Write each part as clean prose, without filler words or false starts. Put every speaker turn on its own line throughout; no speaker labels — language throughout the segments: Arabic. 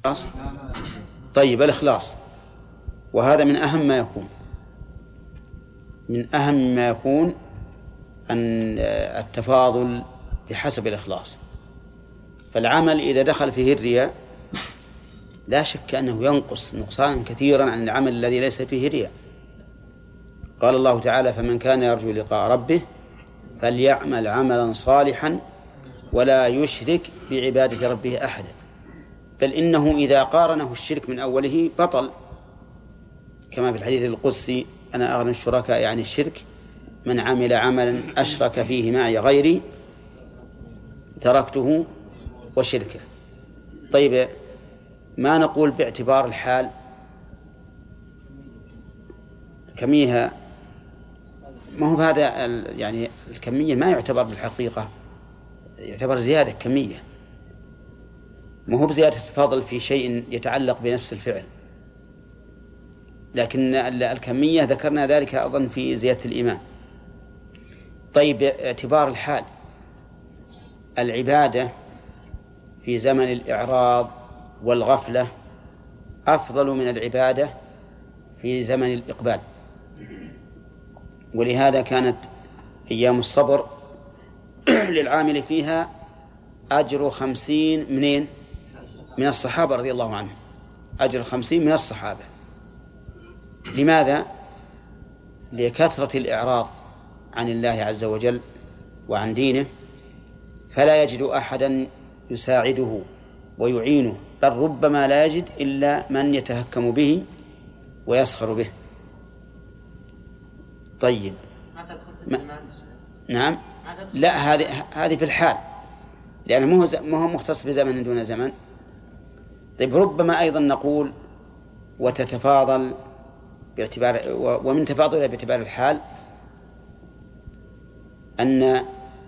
خلاص. طيب الإخلاص، وهذا من أهم ما يكون، من أهم ما يكون أن التفاضل بحسب الإخلاص. فالعمل إذا دخل فيه الرياء لا شك أنه ينقص نقصانا كثيرا عن العمل الذي ليس فيه رياء. قال الله تعالى: فمن كان يرجو لقاء ربه فليعمل عملا صالحا ولا يشرك بعبادة ربه أحدا. بل إنه إذا قارنه الشرك من أوله بطل، كما في الحديث القدسي: أنا أغنى الشركاء يعني الشرك، من عمل عملا أشرك فيه معي غيري تركته وشركه. طيب ما نقول باعتبار الحال كميها؟ ما هو هذا يعني الكمية ما يعتبر بالحقيقة، يعتبر زيادة كمية، ما هو بزيادة فضل في شيء يتعلق بنفس الفعل، لكن الكمية ذكرنا ذلك أظن في زيادة الإيمان. طيب باعتبار الحال، العبادة في زمن الإعراض والغفلة أفضل من العبادة في زمن الإقبال، ولهذا كانت أيام الصبر للعامل فيها أجر 50 من الصحابة رضي الله عنهم، أجر 50 من الصحابة. لماذا؟ لكثرة الإعراض عن الله عز وجل وعن دينه، فلا يجد أحدا يساعده ويعينه، بل ربما لا يجد إلا من يتهكم به ويسخر به. طيب نعم، لا هذه في الحال، لأنه ما هو مختص بزمن دون زمن. طيب ربما أيضا نقول وتتفاضل باعتبار، ومن تفاضلها باعتبار الحال أن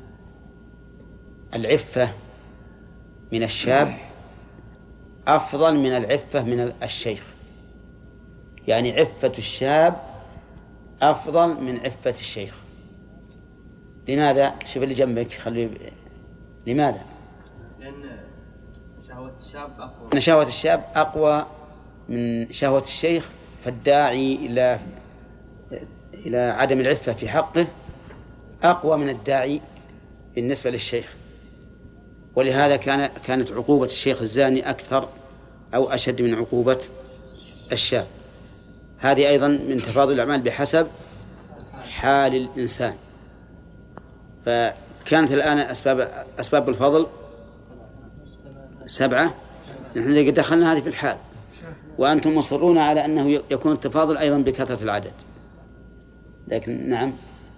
العفة من الشاب أفضل من العفة من الشيخ، يعني عفة الشاب أفضل من عفة الشيخ. لماذا؟ شوف اللي جنبك خليه. لماذا؟
لأن شهوة الشاب أقوى.
أن شهوة الشاب أقوى من شهوة الشيخ، فالداعي إلى عدم العفة في حقه أقوى من الداعي بالنسبة للشيخ. ولهذا كانت عقوبة الشيخ الزاني أكثر أو أشد من عقوبة الشاب. هذه أيضا من تفاضل الأعمال بحسب حال الإنسان. فكانت الآن أسباب الفضل 7. نحن قد دخلنا هذه في الحال، وأنتم مصرون على أنه يكون التفاضل أيضا بكثرة العدد. لكن نعم،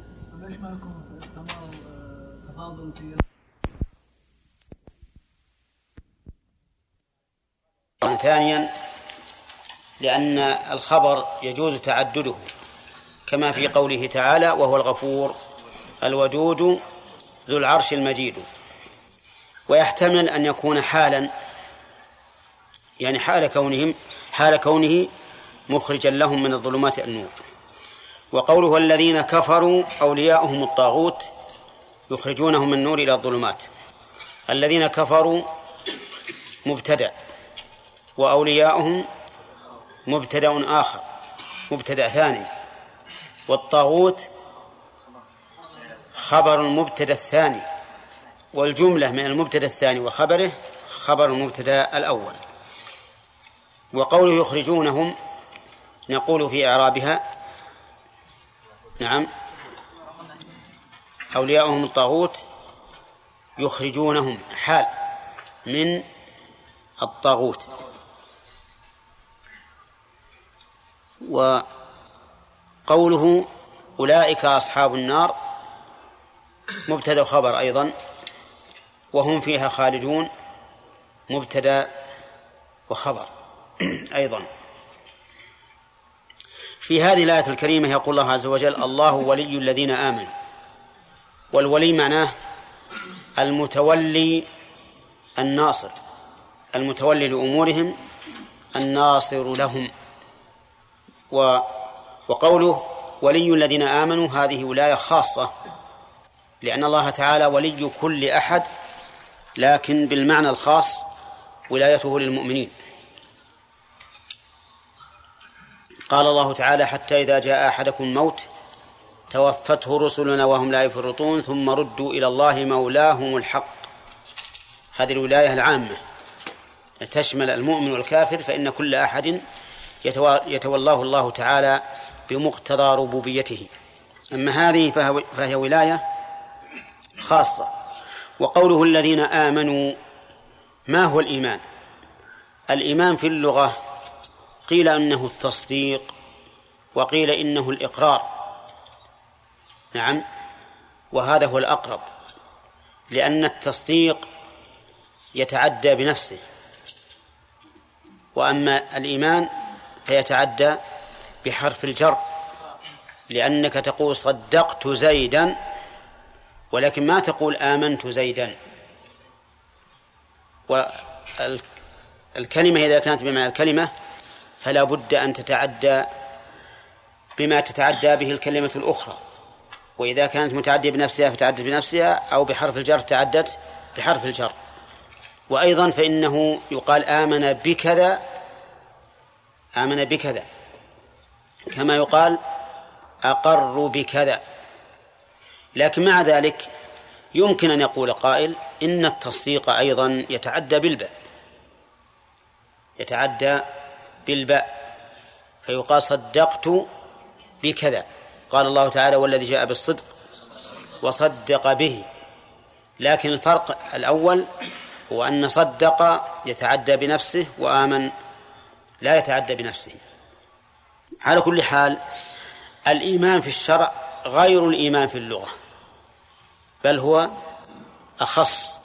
ثانيا لأن الخبر يجوز تعدده، كما في قوله تعالى: وهو الغفور الودود ذو العرش المجيد. ويحتمل أن يكون حالا، يعني حال كونه مخرجا لهم من الظلمات النور. وقوله الذين كفروا أولياؤهم الطاغوت يخرجونهم من النور إلى الظلمات. الذين كفروا مبتدأ، وأولياؤهم مبتدأ آخر، مبتدأ ثاني، والطاغوت خبر المبتدأ الثاني، والجملة من المبتدأ الثاني وخبره خبر المبتدأ الأول. وقوله يخرجونهم نقول في إعرابها: نعم، أولياؤهم الطاغوت يخرجونهم حال من الطاغوت. وقوله أولئك أصحاب النار مبتدأ خبر أيضا، وهم فيها خالدون مبتدأ وخبر أيضا. في هذه الآية الكريمة يقول الله عز وجل: الله ولي الذين آمنوا. والولي معناه المتولي المتولي لأمورهم الناصر لهم. وقوله ولي الذين آمنوا هذه ولاية خاصة، لأن الله تعالى ولي كل أحد، لكن بالمعنى الخاص ولايته للمؤمنين. قال الله تعالى: حتى إذا جاء أحدكم الموت توفته رسلنا وهم لا يفرطون ثم ردوا إلى الله مولاهم الحق. هذه الولاية العامة تشمل المؤمن والكافر، فإن كل أحد يتولاه الله تعالى بمقتضى ربوبيته. أما هذه فهي ولاية خاصة. وقوله الذين آمنوا، ما هو الإيمان؟ الإيمان في اللغة قيل إنه التصديق، وقيل إنه الإقرار. نعم، وهذا هو الأقرب، لأن التصديق يتعدى بنفسه، وأما الإيمان فيتعدى بحرف الجر، لأنك تقول صدقت زيدا، ولكن ما تقول آمنت زيدا. والكلمة إذا كانت بمعنى الكلمة فلا بد أن تتعدى بما تتعدى به الكلمة الأخرى، وإذا كانت متعدية بنفسها فتعدت بنفسها، أو بحرف الجر تعدت بحرف الجر. وأيضا فإنه يقال آمن بكذا، آمن بكذا، كما يقال أقر بكذا. لكن مع ذلك يمكن أن يقول قائل إن التصديق أيضا يتعدى بالباء، يتعدى بالباء، فيقال صدقت بكذا. قال الله تعالى: والذي جاء بالصدق وصدق به. لكن الفرق الأول هو أن صدق يتعدى بنفسه، وآمن لا يتعدى بنفسه. على كل حال، الإيمان في الشرع غير الإيمان في اللغة، بل هو أخص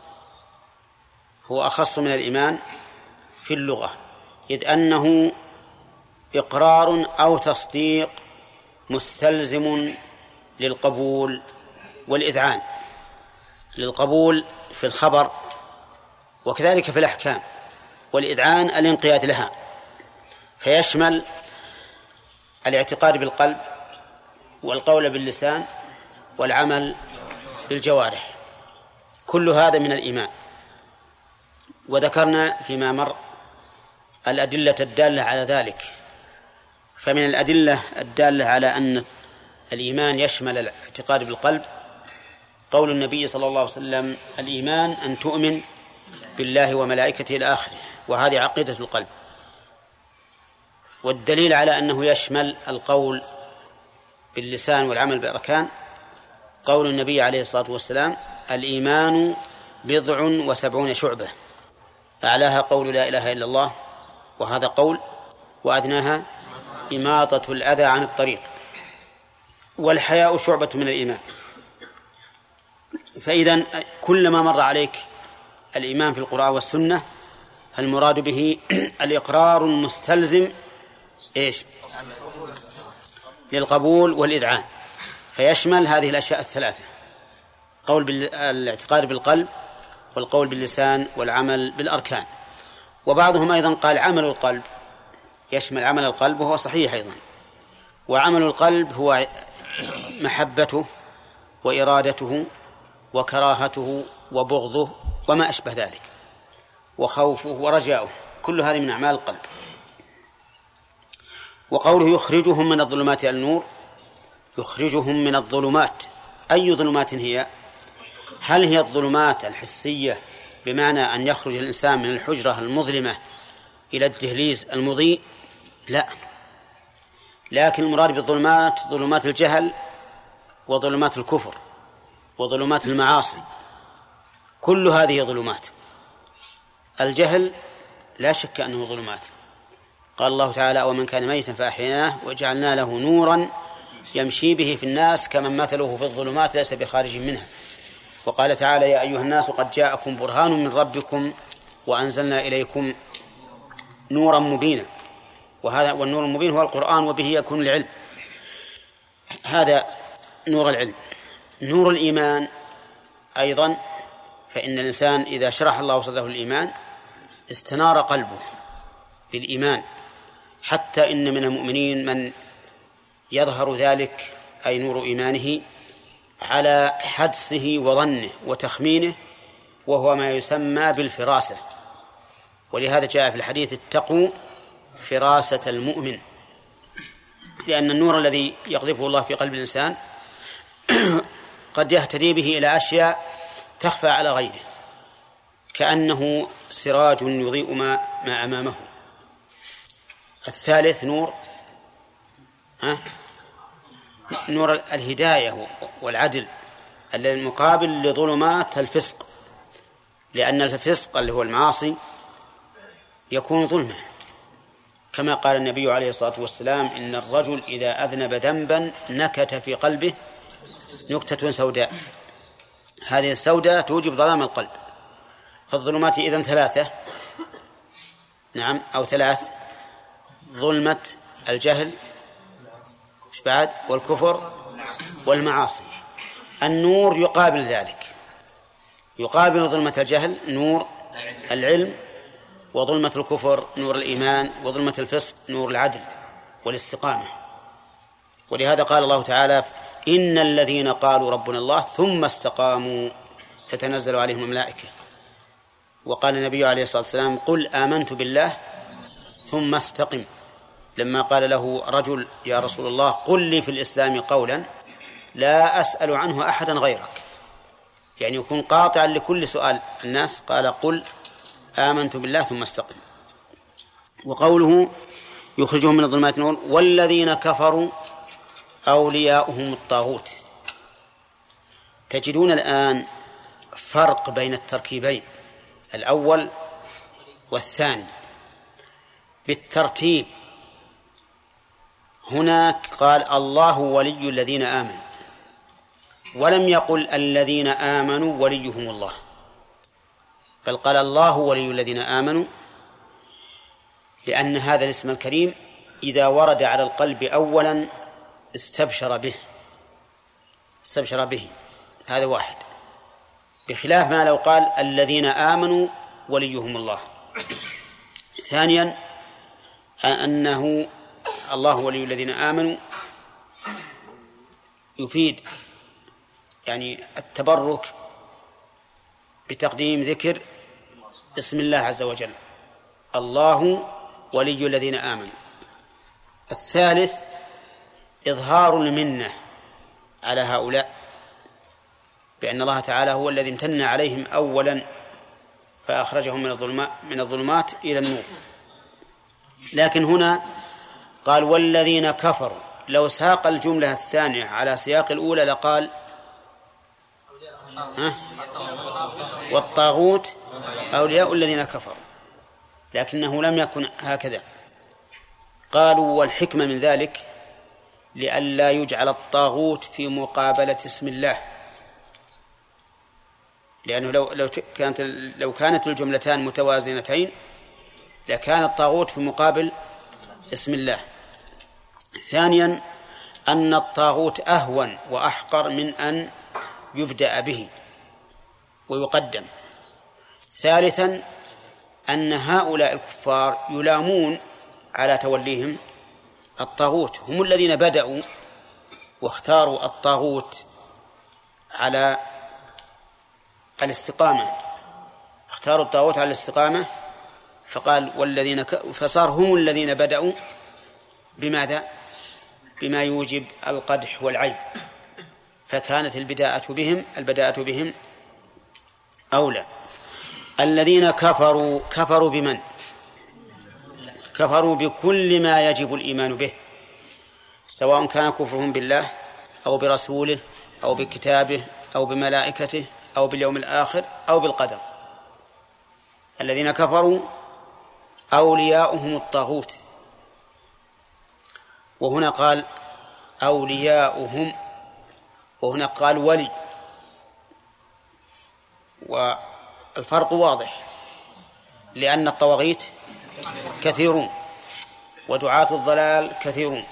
من الإيمان في اللغة، إذ أنه إقرار أو تصديق مستلزم للقبول والإذعان، للقبول في الخبر وكذلك في الأحكام، والإذعان الانقياد لها، فيشمل الاعتقاد بالقلب والقول باللسان والعمل بالجوارح، كل هذا من الإيمان. وذكرنا فيما مر الأدلة الدالة على ذلك، فمن الأدلة الدالة على أن الإيمان يشمل الاعتقاد بالقلب قول النبي صلى الله عليه وسلم: الإيمان أن تؤمن بالله وملائكته إلى آخره، وهذه عقيدة القلب. والدليل على أنه يشمل القول باللسان والعمل بالأركان قول النبي عليه الصلاة والسلام: الإيمان 70 شعبة، أعلاها قول لا إله إلا الله، وهذا قول، وأدناها إماطة الأذى عن الطريق، والحياء شعبة من الإيمان. فإذا كلما مر عليك الإيمان في القرآن والسنة المراد به الإقرار المستلزم للقبول والإذعان، فيشمل هذه الأشياء الثلاثة: قول بالاعتقاد بالقلب، والقول باللسان، والعمل بالأركان. وبعضهم أيضا قال عمل القلب يشمل عمل القلب، وهو صحيح أيضا. وعمل القلب هو محبته وإرادته وكراهته وبغضه وما أشبه ذلك، وخوفه ورجاؤه، كل هذه من أعمال القلب. وقوله يخرجهم من الظلمات إلى النور، يخرجهم من الظلمات، أي ظلمات هي؟ هل هي الظلمات الحسية بمعنى أن يخرج الإنسان من الحجرة المظلمة إلى الدهليز المضيء؟ لا، لكن المراد بالظلمات ظلمات الجهل وظلمات الكفر وظلمات المعاصي، كل هذه ظلمات. الجهل لا شك أنه ظلمات، قال الله تعالى: ومن كان ميتا فأحييناه وجعلنا له نورا يمشي به في الناس كمن مثله في الظلمات ليس بخارج منها. وقال تعالى: يا أيها الناس قد جاءكم برهان من ربكم وأنزلنا إليكم نورا مبينا. وهذا والنور المبين هو القرآن، وبه يكون العلم. هذا نور العلم. نور الإيمان أيضا، فإن الإنسان إذا شرح الله صدره الإيمان استنار قلبه بالإيمان، حتى إن من المؤمنين من يظهر ذلك أي نور إيمانه على حدسه وظنه وتخمينه، وهو ما يسمى بالفراسة. ولهذا جاء في الحديث: اتقوا فراسة المؤمن، لأن النور الذي يقذفه الله في قلب الإنسان قد يهتدي به إلى أشياء تخفى على غيره، كأنه سراج يضيء ما أمامه. الثالث نور الهداية والعدل المقابل لظلمات الفسق، لأن الفسق اللي هو المعاصي يكون ظلمة، كما قال النبي عليه الصلاة والسلام: إن الرجل إذا أذنب ذنبا نكت في قلبه نكتة سوداء، هذه السوداء توجب ظلام القلب. فالظلمات إذن ثلاثة، نعم، أو ثلاث: ظلمة الجهل والكفر والمعاصي. النور يقابل ذلك، يقابل ظلمة الجهل نور العلم، وظلمة الكفر نور الإيمان، وظلمة الفسق نور العدل والاستقامة. ولهذا قال الله تعالى: إن الذين قالوا ربنا الله ثم استقاموا تتنزل عليهم الملائكة. وقال النبي عليه الصلاة والسلام: قل آمنت بالله ثم استقم، لما قال له رجل: يا رسول الله قل لي في الإسلام قولا لا أسأل عنه أحدا غيرك، يعني يكون قاطعا لكل سؤال الناس. قال: قل آمنت بالله ثم استقم. وقوله يخرجهم من الظلمات النور والذين كفروا أولياؤهم الطاغوت. تجدون الآن فرق بين التركيبين الأول والثاني بالترتيب. هناك قال: الله ولي الذين آمنوا، ولم يقل الذين آمنوا وليهم الله، بل قال الله ولي الذين آمنوا، لأن هذا الاسم الكريم إذا ورد على القلب أولا استبشر به، هذا واحد، بخلاف ما لو قال الذين آمنوا وليهم الله. ثانيا أنه الله ولي الذين آمنوا يفيد يعني التبرك بتقديم ذكر اسم الله عز وجل، الله ولي الذين آمنوا. الثالث إظهار المنة على هؤلاء، بأن الله تعالى هو الذي امتن عليهم أولا فأخرجهم من الظلمات إلى النور. لكن هنا قال والذين كفروا، لو ساق الجملة الثانية على سياق الأولى لقال والطاغوت أولياء الذين كفروا، لكنه لم يكن هكذا. قالوا والحكمة من ذلك لئلا يجعل الطاغوت في مقابلة اسم الله، لأنه لو كانت الجملتان متوازنتين لكان الطاغوت في مقابل اسم الله. ثانيا أن الطاغوت أهون وأحقر من أن يبدأ به ويقدم. ثالثا أن هؤلاء الكفار يلامون على توليهم الطاغوت، هم الذين بدأوا واختاروا الطاغوت على الاستقامة، اختاروا الطاغوت على الاستقامة، فقال والذين فصار هم الذين بدأوا بماذا؟ بما يوجب القدح والعيب، فكانت البداءة بهم أولى. الذين كفروا بمن؟ كفروا بكل ما يجب الإيمان به، سواء كان كفرهم بالله أو برسوله أو بكتابه أو بملائكته أو باليوم الآخر أو بالقدر. الذين كفروا أولياؤهم الطاغوت، وهنا قال أولياؤهم وهنا قال ولي، والفرق واضح، لأن الطواغيت كثيرون ودعاة الضلال كثيرون،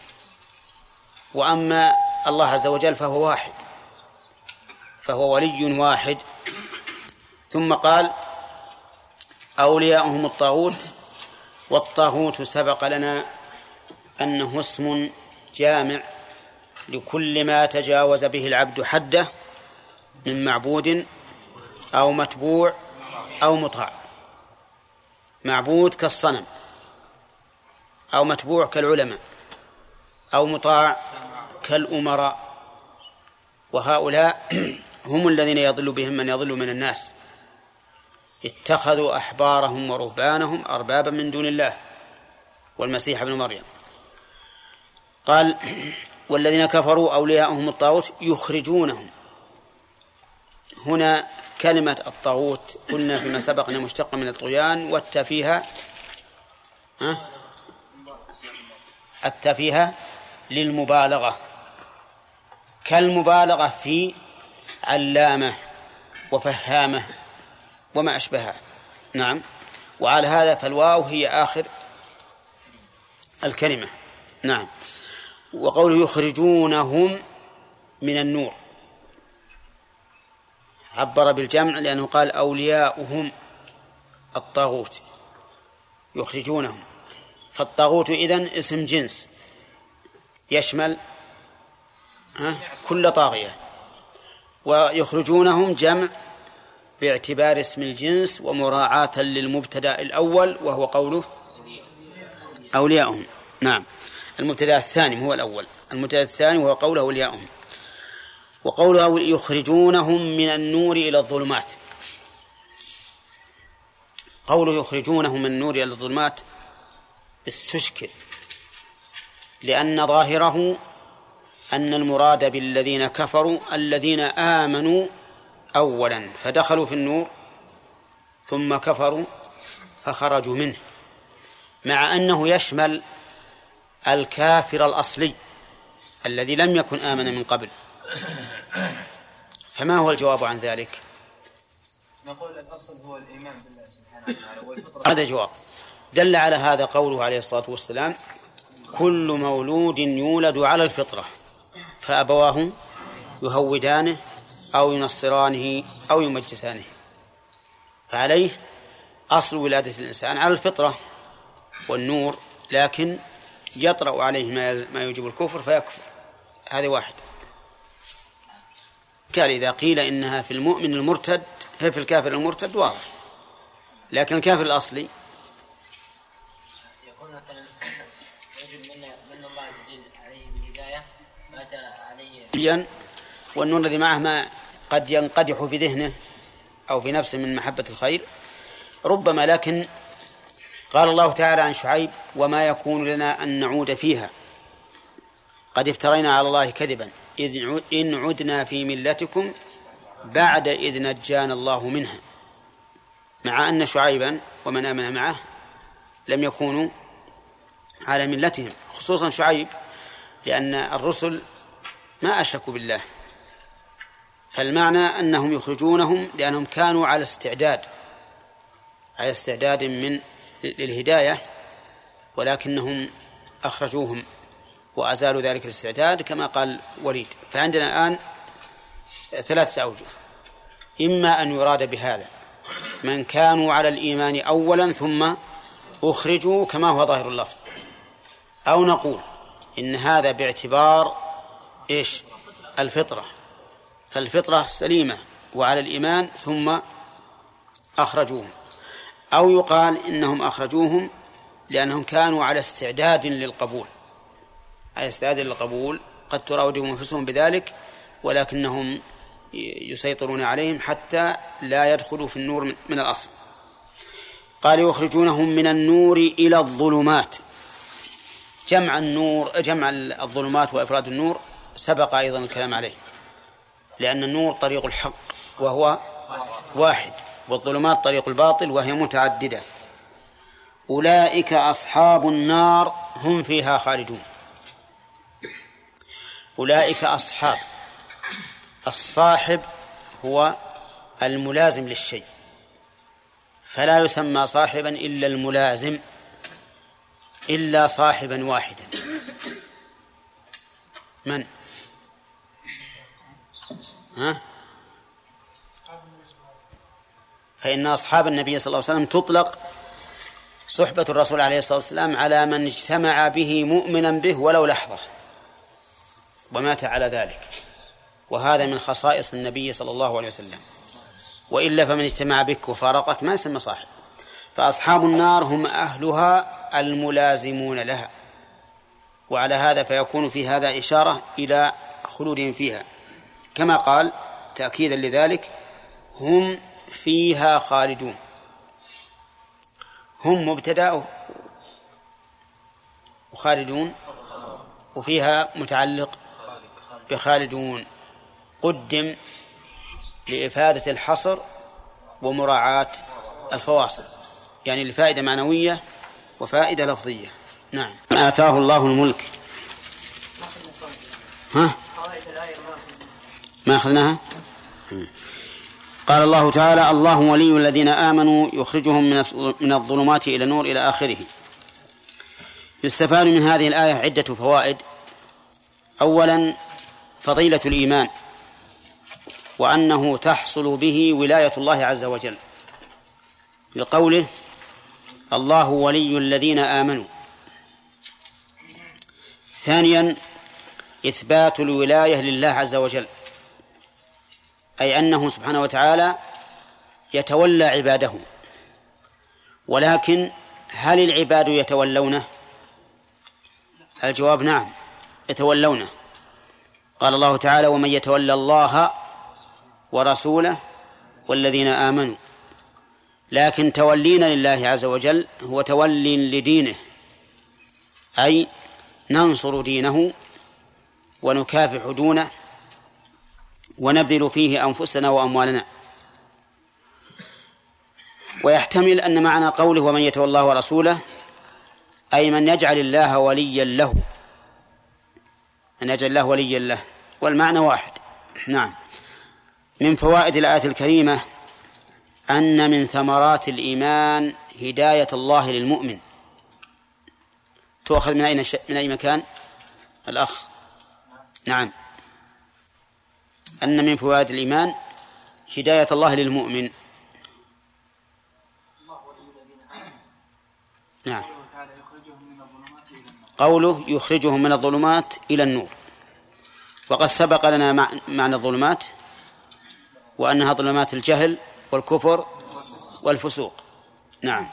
وأما الله عز وجل فهو واحد، فهو ولي واحد. ثم قال أولياؤهم الطاغوت، والطاغوت سبق لنا أنه اسم جامع لكل ما تجاوز به العبد حده من معبود أو متبوع أو مطاع. معبود كالصنم، أو متبوع كالعلماء، أو مطاع كالأمراء. وهؤلاء هم الذين يضل بهم من يضل من الناس، اتخذوا أحبارهم ورهبانهم أربابا من دون الله والمسيح ابن مريم. قال والذين كفروا أولياءهم الطاغوت يخرجونهم. هنا كلمة الطاغوت قلنا فيما سبق أنها مشتقة من الطغيان، والتفيها التفيها للمبالغة، كالمبالغة في علامة وفهامة وما أشبهها. نعم. وعلى هذا فالواو هي آخر الكلمة. نعم. وقوله يخرجونهم من النور عبر بالجمع لأنه قال أولياؤهم الطاغوت يخرجونهم، فالطاغوت إذن اسم جنس يشمل كل طاغية، ويخرجونهم جمع باعتبار اسم الجنس ومراعاة للمبتدأ الأول وهو قوله أولياؤهم. نعم. المبتدأ الثاني هو الأول، المبتدأ الثاني وهو قوله أولياؤهم. وقوله يخرجونهم من النور إلى الظلمات، قوله يخرجونهم من النور إلى الظلمات استشكل، لأن ظاهره أن المراد بالذين كفروا الذين آمنوا أولا فدخلوا في النور ثم كفروا فخرجوا منه، مع أنه يشمل الكافر الأصلي الذي لم يكن آمن من قبل. فما هو الجواب عن ذلك؟
نقول الأصل هو الإيمان بالله سبحانه وتعالى والفطرة.
هذا جواب. دل على هذا قوله عليه الصلاة والسلام كل مولود يولد على الفطرة فأبواه يهودانه أو ينصرانه أو يمجسانه، فعليه أصل ولادة الإنسان على الفطرة والنور، لكن يطرأ عليه ما يوجب الكفر فيكفر. هذا واحد. قال إذا قيل إنها في المؤمن المرتد هي في الكافر المرتد واضح، لكن الكافر الأصلي
يكون مثلا يجب من الله عز وجل عليه بالهداية مات عليه،
والنور الذي معه ما قد ينقدح في ذهنه أو في نفسه من محبة الخير ربما. لكن قال الله تعالى عن شعيب وما يكون لنا أن نعود فيها قد افترينا على الله كذبا إن عدنا في ملتكم بعد إذ نجانا الله منها، مع أن شعيبا ومن آمن معه لم يكونوا على ملتهم، خصوصا شعيب، لأن الرسل ما أشركوا بالله. فالمعنى أنهم يخرجونهم لأنهم كانوا على استعداد من للهداية، ولكنهم أخرجوهم وأزالوا ذلك الاستعداد كما قال وليد. فعندنا الآن ثلاثة أوجه: إما أن يراد بهذا من كانوا على الإيمان أولا ثم أخرجوا كما هو ظاهر اللفظ، أو نقول إن هذا باعتبار إيش؟ الفطرة، فالفطرة سليمة وعلى الإيمان ثم أخرجوهم، أو يقال إنهم أخرجوهم لأنهم كانوا على استعداد للقبول، على استعداد للقبول، قد تراودهم أنفسهم بذلك ولكنهم يسيطرون عليهم حتى لا يدخلوا في النور من الأصل. قال يخرجونهم من النور إلى الظلمات. جمع الظلمات وإفراد النور سبق أيضا الكلام عليه، لأن النور طريق الحق وهو واحد، والظلمات طريق الباطل وهي متعددة. أولئك أصحاب النار هم فيها خالدون. أولئك أصحاب، الصاحب هو الملازم للشيء، فلا يسمى صاحبا إلا الملازم، إلا صاحبا واحدا. من؟ فإن أصحاب النبي صلى الله عليه وسلم تطلق صحبة الرسول عليه الصلاة والسلام على من اجتمع به مؤمنا به ولو لحظة ومات على ذلك، وهذا من خصائص النبي صلى الله عليه وسلم، وإلا فمن اجتمع بك وفارقك ما يسمى صاحب. فأصحاب النار هم أهلها الملازمون لها، وعلى هذا فيكون في هذا إشارة إلى خلودهم فيها، كما قال تأكيدا لذلك: هم فيها خالدون. هم مبتدأ وخالدون، وفيها متعلق بخالدون، قدم لإفادة الحصر ومراعاة الفواصل، يعني لفائدة معنوية وفائدة لفظية. نعم. آتاه الله الملك. ها؟ ما أخذناها؟ قال الله تعالى: الله ولي الذين آمنوا يخرجهم من الظلمات إلى النور إلى آخره. يستفاد من هذه الآية عدة فوائد. أولا، فضيلة الإيمان، وأنه تحصل به ولاية الله عز وجل، لقوله: الله ولي الذين آمنوا. ثانيا، إثبات الولاية لله عز وجل، أي أنه سبحانه وتعالى يتولى عباده، ولكن هل العباد يتولونه؟ الجواب: نعم، يتولونه. قال الله تعالى: ومن يتولى الله ورسوله والذين آمنوا. لكن تولينا لله عز وجل هو تولي لدينه، أي ننصر دينه ونكافح دونه ونبذل فيه أنفسنا وأموالنا. ويحتمل أن معنى قوله ومن يتولى الله ورسوله أي من يجعل الله وليا له، من يجعل الله وليا له، والمعنى واحد. نعم. من فوائد الآية الكريمة أن من ثمرات الإيمان هداية الله للمؤمن. تؤخذ من أي مكان؟ الأخ. نعم. أن من فوائد الإيمان هداية الله للمؤمن. نعم. قوله يخرجهم من الظلمات إلى النور، وقد سبق لنا معنى الظلمات، وأنها ظلمات الجهل والكفر والفسوق. نعم.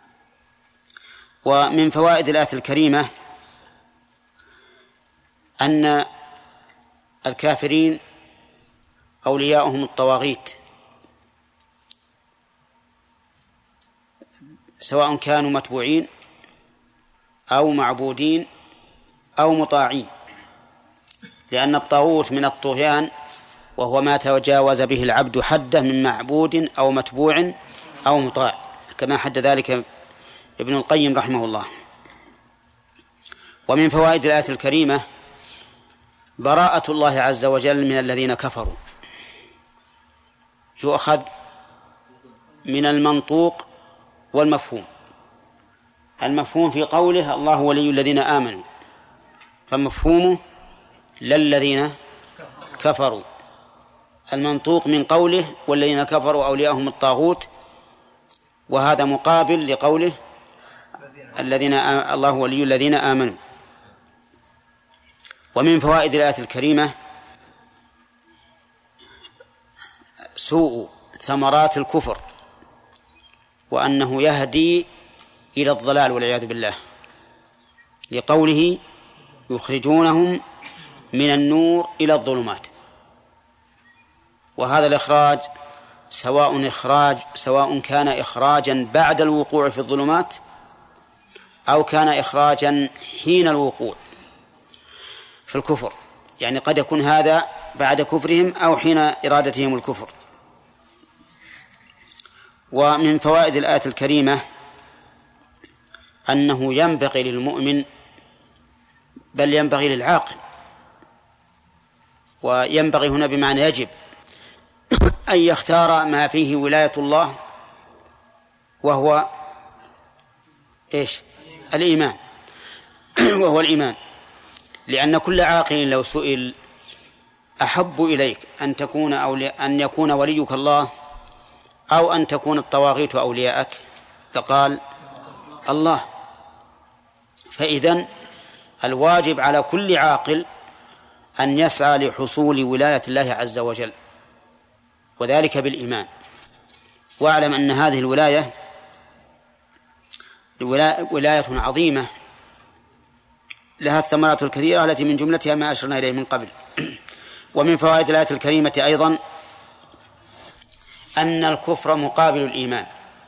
ومن فوائد الآية الكريمة أن الكافرين أولياؤهم الطواغيت، سواء كانوا متبوعين أو معبودين أو مطاعين، لأن الطاغوت من الطغيان، وهو ما تجاوز به العبد حده من معبود أو متبوع أو مطاع، كما حد ذلك ابن القيم رحمه الله. ومن فوائد الآية الكريمة براءة الله عز وجل من الذين كفروا. يؤخذ من المنطوق والمفهوم. المفهوم في قوله الله ولي الذين آمنوا، فمفهومه للذين كفروا. المنطوق من قوله والذين كفروا أولياءهم الطاغوت، وهذا مقابل لقوله الله ولي الذين آمنوا. ومن فوائد الآية الكريمة سوء ثمرات الكفر، وأنه يهدي إلى الضلال والعياذ بالله، لقوله يخرجونهم من النور إلى الظلمات. وهذا الإخراج سواء كان إخراجا بعد الوقوع في الظلمات أو كان إخراجا حين الوقوع في الكفر، يعني قد يكون هذا بعد كفرهم أو حين إرادتهم الكفر. ومن فوائد الآية الكريمة أنه ينبغي للمؤمن، بل ينبغي للعاقل، وينبغي هنا بمعنى يجب، أن يختار ما فيه ولاية الله، وهو الإيمان وهو الإيمان. لأن كل عاقل لو سئل أحب إليك أن يكون وليك الله أو أن تكون الطواغيت أولياءك، فقال الله. فإذن الواجب على كل عاقل أن يسعى لحصول ولاية الله عز وجل، وذلك بالإيمان. واعلم أن هذه الولاية ولاية عظيمة، لها الثمرات الكثيرة التي من جملتها ما أشرنا إليه من قبل. ومن فوائد الآية الكريمة أيضا أن الكفر مقابل الإيمان.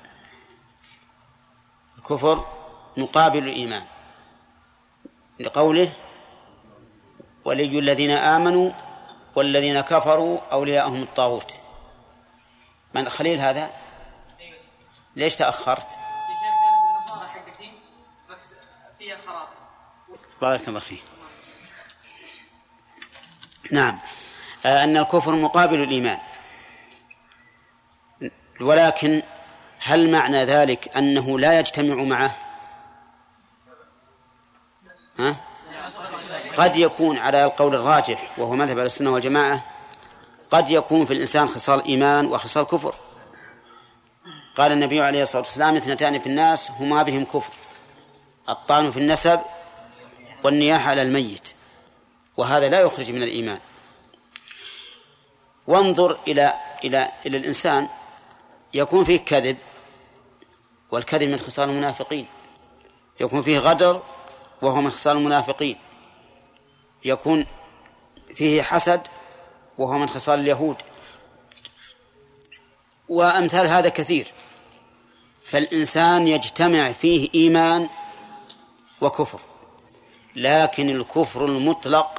الكفر مقابل الإيمان، لقوله ولي الذين آمنوا والذين كفروا أولياءهم الطاغوت. من خليل هذا؟ ليش تأخرت؟
يا شيخ كانت النظارة حقتي بس فيها خراب.
بارك الله فيه. نعم، أن الكفر مقابل الإيمان، ولكن هل معنى ذلك أنه لا يجتمع معه؟ قد يكون على القول الراجح وهو مذهب أهل السنة والجماعة، قد يكون في الإنسان خصال إيمان وخصال كفر. قال النبي عليه الصلاة والسلام: اثنتان في الناس هما بهم كفر، الطعن في النسب والنياحة على الميت، وهذا لا يخرج من الإيمان. وانظر إلى الإنسان، يكون فيه كذب، والكذب من خصال المنافقين، يكون فيه غدر وهو من خصال المنافقين، يكون فيه حسد وهو من خصال اليهود، وأمثال هذا كثير. فالإنسان يجتمع فيه إيمان وكفر، لكن الكفر المطلق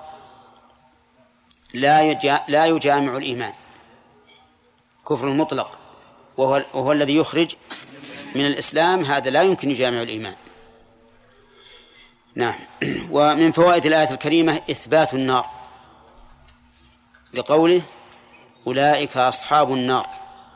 لا يجامع الإيمان. كفر المطلق وهو الذي يخرج من الإسلام، هذا لا يمكن يجامع الإيمان. نعم. ومن فوائد الآية الكريمة إثبات النار، لقوله أولئك أصحاب النار.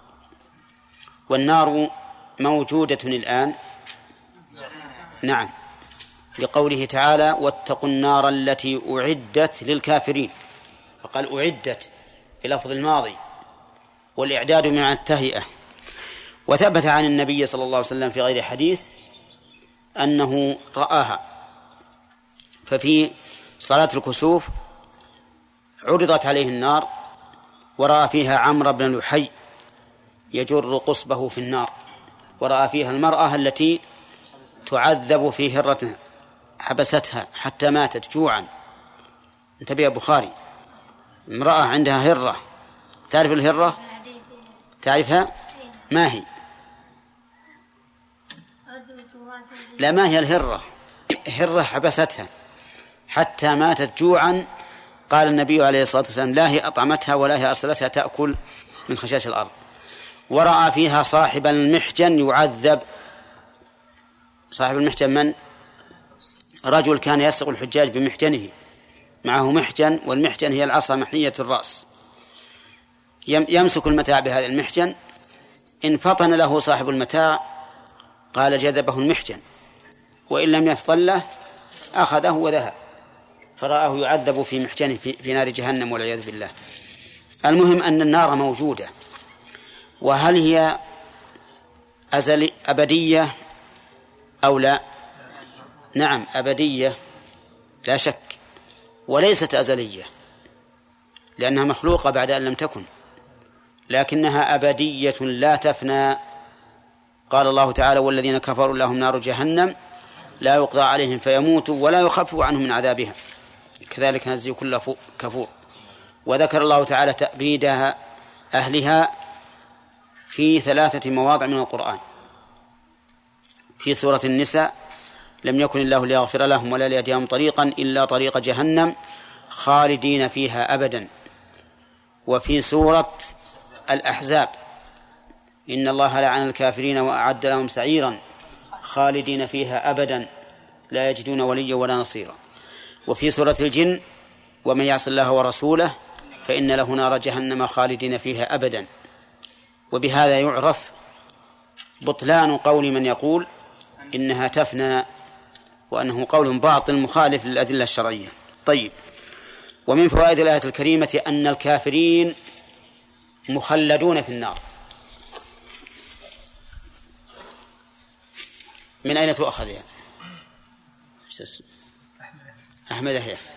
والنار موجودة الآن، نعم، لقوله تعالى: واتقوا النار التي أعدت للكافرين، فقال أعدت بلفظ الماضي، والإعداد مع التهيئة. وثبت عن النبي صلى الله عليه وسلم في غير حديث أنه رآها. ففي صلاة الكسوف عرضت عليه النار، ورأى فيها عمرو بن لحي يجر قصبه في النار، ورأى فيها المرأة التي تعذب في هرة حبستها حتى ماتت جوعا. انتبه يا بخاري، امرأة عندها هرة، تعرف الهرة؟ تعرفها؟ ما هي؟ لا، ما هي الهرة؟ هرة حبستها حتى ماتت جوعا. قال النبي عليه الصلاة والسلام: لا هي أطعمتها ولا هي أرسلتها تأكل من خشاش الأرض. ورأى فيها صاحب المحجن يعذب. صاحب المحجن من؟ رجل كان يسرق الحجاج بمحجنه، معه محجن، والمحجن هي العصا محنية الرأس، يمسك المتاع بهذا المحجن. إن فطن له صاحب المتاع قال جذبه المحجن، وإن لم يفطن له أخذه وذهب، فرآه يعذب في محجنه في نار جهنم والعياذ بالله. المهم أن النار موجودة، وهل هي أبدية أو لا؟ نعم أبدية لا شك، وليست أزلية لأنها مخلوقة بعد أن لم تكن، لكنها أبدية لا تفنى. قال الله تعالى: والذين كفروا لهم نار جهنم لا يقضى عليهم فيموتوا ولا يخفف عنهم من عذابها كذلك نجزي كل كفور. وذكر الله تعالى تأبيدها أهلها في 3 مواضع من القرآن. في سورة النساء: لم يكن الله ليغفر لهم ولا ليهديهم طريقا إلا طريق جهنم خالدين فيها أبدا. وفي سورة الأحزاب: إن الله لعن الكافرين وأعد لهم سعيرا خالدين فيها أبدا لا يجدون وليا ولا نصيرا. وفي سورة الجن: ومن يعص الله ورسوله فإن له نار جهنم خالدين فيها أبدا. وبهذا يعرف بطلان قول من يقول إنها تفنى، وأنه قول باطل مخالف للأدلة الشرعية. طيب، ومن فوائد الآية الكريمة أن الكافرين مخلدون في النار. من أين تؤخذ يعني؟ أحمد أحيف.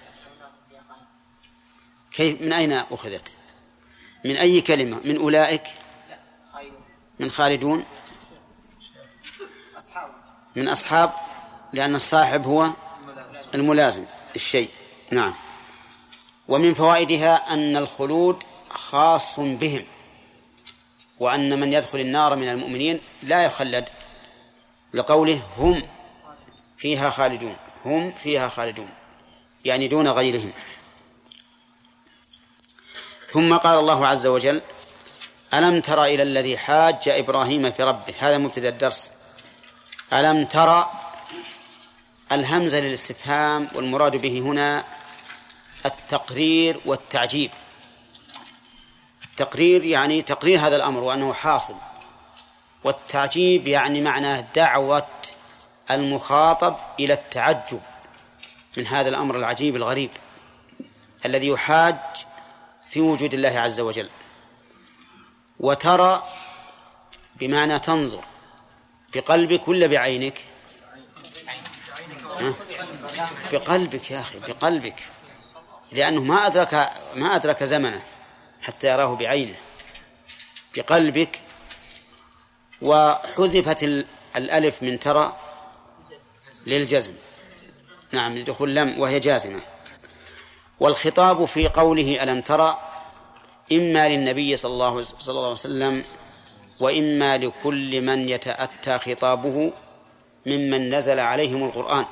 كيف؟ من أين أخذت؟ من أي كلمة؟ من أولئك؟ من خالدون؟ من أصحاب، لأن الصاحب هو الملازم الشيء. نعم. ومن فوائدها أن الخلود خاص بهم، وأن من يدخل النار من المؤمنين لا يخلد، لقوله هم فيها خالدون، هم فيها خالدون يعني دون غيرهم. ثم قال الله عز وجل: ألم تر إلى الذي حاج إبراهيم في ربه. هذا مبتدأ الدرس. ألم تر، الهمزة للاستفهام، والمراد به هنا التقرير والتعجيب. التقرير يعني تقرير هذا الأمر وأنه حاصل، والتعجيب يعني معناه دعوة المخاطب إلى التعجب من هذا الأمر العجيب الغريب الذي يحاج في وجود الله عز وجل. وترى بمعنى تنظر بقلبك ولا بعينك؟ بقلبك يا أخي، بقلبك، لأنه ما أدرك زمنه حتى يراه بعينه، بقلبك. وحذفت الألف من ترى للجزم، نعم، لدخول لم وهي جازمة. والخطاب في قوله ألم ترى إما للنبي صلى الله عليه وسلم وإما لكل من يتأتى خطابه ممن نزل عليهم القرآن.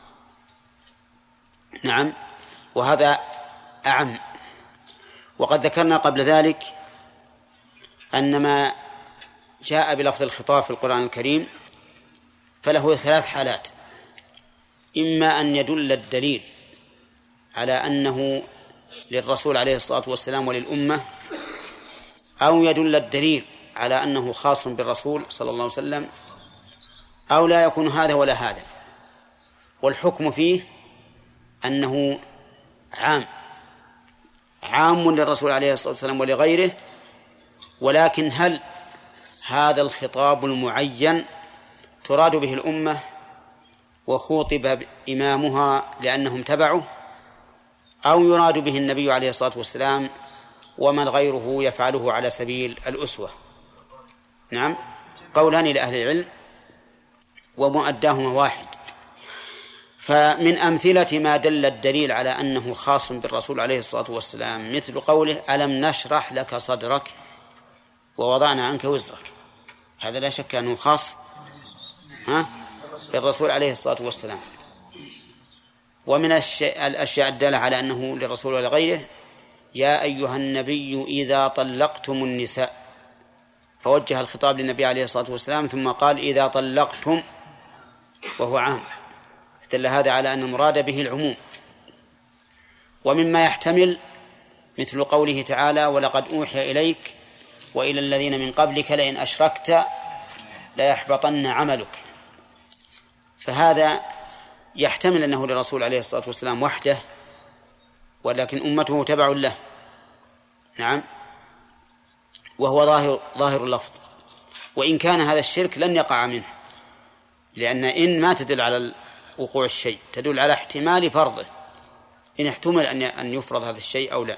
نعم، وهذا أعم. وقد ذكرنا قبل ذلك أن ما جاء بلفظ الخطاب في القرآن الكريم فله 3 حالات: إما أن يدل الدليل على أنه للرسول عليه الصلاة والسلام وللأمة، أو يدل الدليل على أنه خاص بالرسول صلى الله عليه وسلم، أو لا يكون هذا ولا هذا. والحكم فيه أنه عام للرسول عليه الصلاة والسلام ولغيره. ولكن هل هذا الخطاب المعين تراد به الأمة وخوطب إمامها لأنهم تبعه، أو يراد به النبي عليه الصلاة والسلام ومن غيره يفعله على سبيل الأسوة؟ نعم، قولان لأهل العلم ومؤداهما واحد. فمن أمثلة ما دل الدليل على أنه خاص بالرسول عليه الصلاة والسلام مثل قوله ألم نشرح لك صدرك ووضعنا عنك وزرك. هذا لا شك أنه خاص بالرسول عليه الصلاة والسلام. ومن الأشياء الدالة على أنه للرسول ولغيره: يا أيها النبي إذا طلقتم النساء، فوجه الخطاب للنبي عليه الصلاة والسلام ثم قال إذا طلقتم، وهو عام، دل هذا على أن المراد به العموم. ومما يحتمل مثل قوله تعالى ولقد أوحي إليك وإلى الذين من قبلك لئن أشركت ليحبطن عملك، فهذا يحتمل أنه للرسول عليه الصلاة والسلام وحده، ولكن أمته تبع له. نعم، وهو ظاهر اللفظ. وإن كان هذا الشرك لن يقع منه، لأن إن ما تدل على وقوع الشيء، تدل على احتمال فرضه، إن احتمل أن يفرض هذا الشيء أو لا.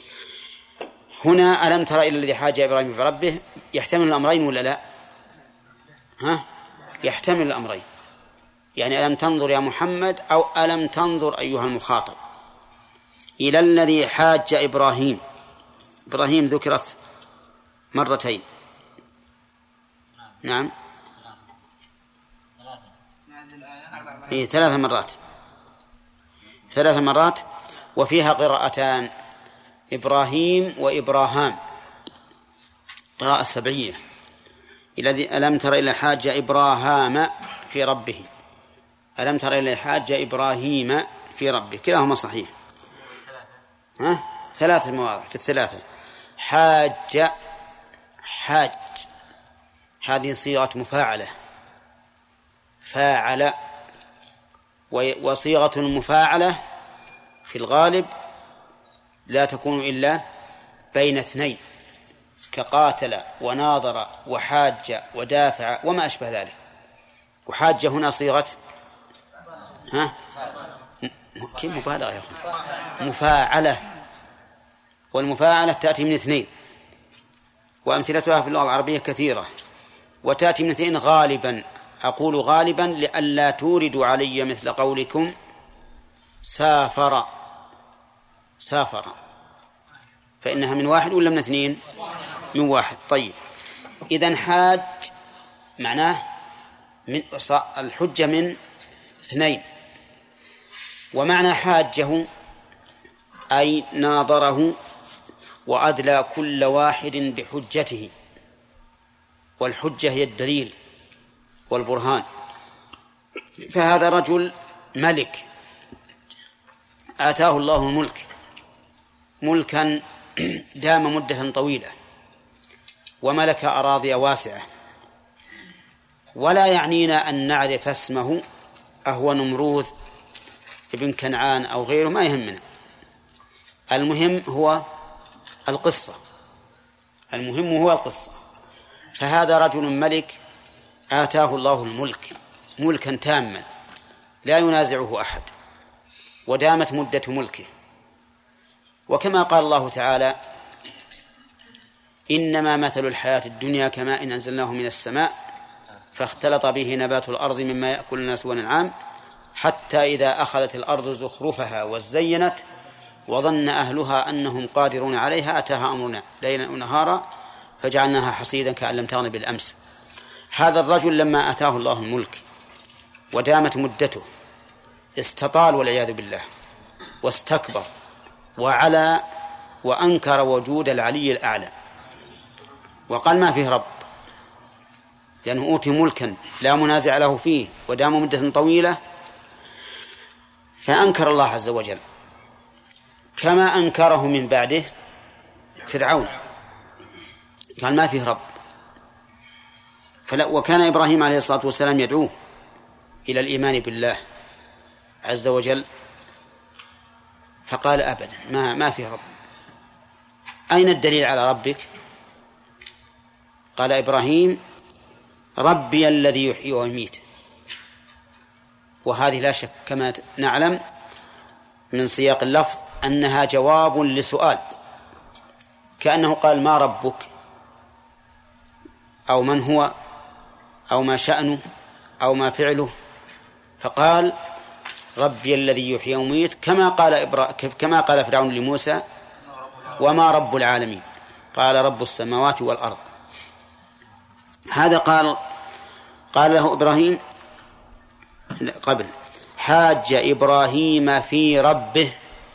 هنا ألم تر إلى الذي حاج إبراهيم في ربه يحتمل الأمرين ولا لا؟ يحتمل الأمرين، يعني ألم تنظر يا محمد أو ألم تنظر أيها المخاطب. إلى الذي حاج إبراهيم، إبراهيم ذكرت مرتين. نعم، 3 مرات، وفيها قراءتان: إبراهيم وإبراهام، قراءة سبعية. ألم تر إلى حاج إبراهام في ربه، ألم تر إلى حاج إبراهيم في ربه، كلاهما صحيح. 3 مواضع في 3. حاج هذه صيغة مفاعلة، فاعل، وصيغة المفاعلة في الغالب لا تكون إلا بين 2، كقاتل وناظر وحاج ودافع وما أشبه ذلك. وحاج هنا صيغة كيف مبالغة يا أخي؟ مفاعلة، والمفاعلة تأتي من 2، وأمثلتها في اللغة العربية كثيرة، وتأتي من 2 غالبا. أقول غالبا لئلا توردوا علي مثل قولكم سافر فإنها من واحد ولا من اثنين؟ من واحد. طيب إذن حاج معناه من الحجة من اثنين، ومعنى حاجه أي ناظره وأدلى كل واحد بحجته، والحجة هي الدليل والبرهان. فهذا رجل ملك آتاه الله الملك ملكا دام مدة طويلة، وملك أراضي واسعة، ولا يعنينا أن نعرف اسمه أهو نمروذ ابن كنعان أو غيره، ما يهمنا، المهم هو القصة. فهذا رجل ملك آتاه الله الملك ملكا تاما لا ينازعه أحد، ودامت مدة ملكه. وكما قال الله تعالى: إنما مثل الحياة الدنيا كماء أنزلناه من السماء فاختلط به نبات الأرض مما يأكل الناس والأنعام حتى إذا أخذت الأرض زخرفها وزينت وظن أهلها أنهم قادرون عليها أتاها أمرنا ليلا ونهارا فجعلناها حصيدا كأن لم تغن بالأمس. هذا الرجل لما أتاه الله الملك ودامت مدته استطال والعياذ بالله، واستكبر وعلى وأنكر وجود العلي الأعلى، وقال ما فيه رب، لأنه أوتي ملكا لا منازع له فيه ودام مدة طويلة، فأنكر الله عز وجل كما أنكره من بعده فرعون، قال ما فيه رب. وكان إبراهيم عليه الصلاة والسلام يدعوه إلى الإيمان بالله عز وجل، فقال أبدا ما فيه رب. أين الدليل على ربك؟ قال إبراهيم: ربي الذي يحيي ويميت. وهذه لا شك كما نعلم من سياق اللفظ أنها جواب لسؤال، كأنه قال: ما ربك؟ أو من هو؟ أو ما شأنه؟ أو ما فعله؟ فقال: ربي الذي يحيي ويميت، كما قال فرعون لموسى: وما رب العالمين؟ قال: رب السماوات والأرض. هذا قال له إبراهيم قبل: حاج إبراهيم في ربه،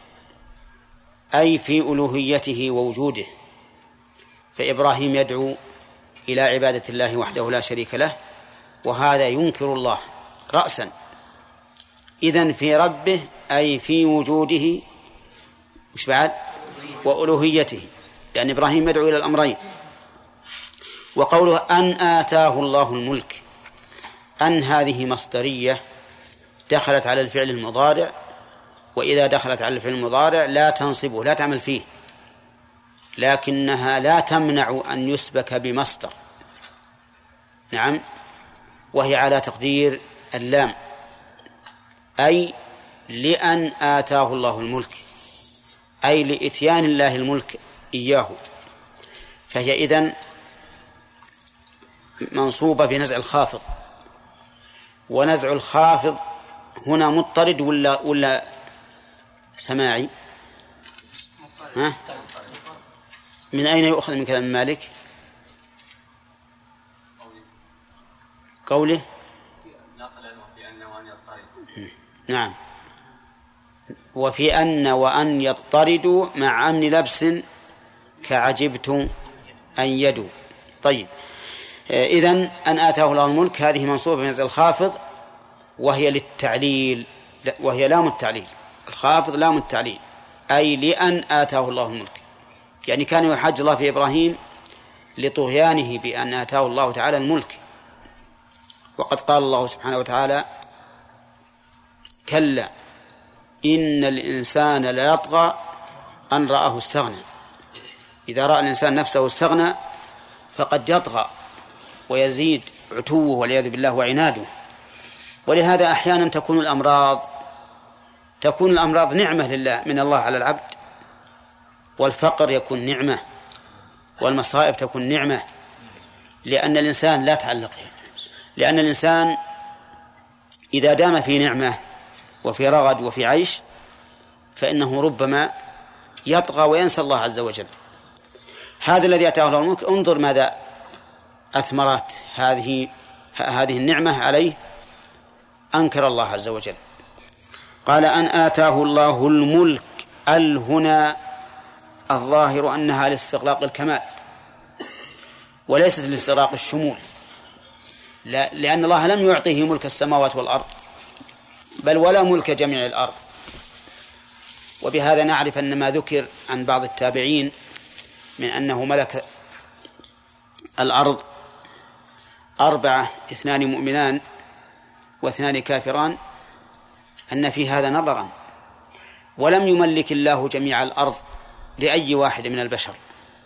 أي في ألوهيته ووجوده. فإبراهيم يدعو إلى عبادة الله وحده لا شريك له، وهذا ينكر الله رأسا. إذن في ربه أي في وجوده، وش بعد؟ وألوهيته، لأن إبراهيم يدعو إلى الأمرين. وقوله أن آتاه الله الملك، أن هذه مصدرية دخلت على الفعل المضارع، وإذا دخلت على الفعل المضارع لا تنصبه، لا تعمل فيه، لكنها لا تمنع أن يسبك بمصدر. نعم، وهي على تقدير اللام، أي لأن آتاه الله الملك، أي لإتيان الله الملك إياه، فهي إذن منصوبة بنزع الخافض. ونزع الخافض هنا مضطرد ولا سماعي؟ ها؟ من أين يؤخذ من كلام مالك؟ قوله نعم، وفي أن وأن يضطردوا مع أمن لبس كعجبت أن يدوا. طيب، إذن أن آتاه الله الملك هذه منصوبة بنزع الخافض، وهي للتعليل، وهي لام التعليل، الخافض لام التعليل، أي لأن آتاه الله الملك، يعني كان يحاج الله في إبراهيم لطغيانه بأن آتاه الله تعالى الملك. وقد قال الله سبحانه وتعالى: كلا إن الإنسان ليطغى أن رآه استغنى. إذا رأى الإنسان نفسه استغنى فقد يطغى ويزيد عتوه والعياذ بالله وعناده. ولهذا أحيانا تكون الأمراض نعمة لله من الله على العبد، والفقر يكون نعمة، والمصائب تكون نعمة، لأن الإنسان لا تعلق، لأن الإنسان إذا دام في نعمة وفي رغد وفي عيش فإنه ربما يطغى وينسى الله عز وجل. هذا الذي أتاه الله الملك انظر ماذا أثمرت هذه النعمة عليه، أنكر الله عز وجل. قال أن آتاه الله الملك، هنا الظاهر أنها لاستغراق الكمال وليست لاستغراق الشمول، لأن الله لم يعطيه ملك السماوات والأرض بل ولا ملك جميع الأرض. وبهذا نعرف أن ما ذكر عن بعض التابعين من أنه ملك الأرض 4 2 مؤمنان و2 كافران أن في هذا نظرا، ولم يملك الله جميع الأرض لأي واحد من البشر،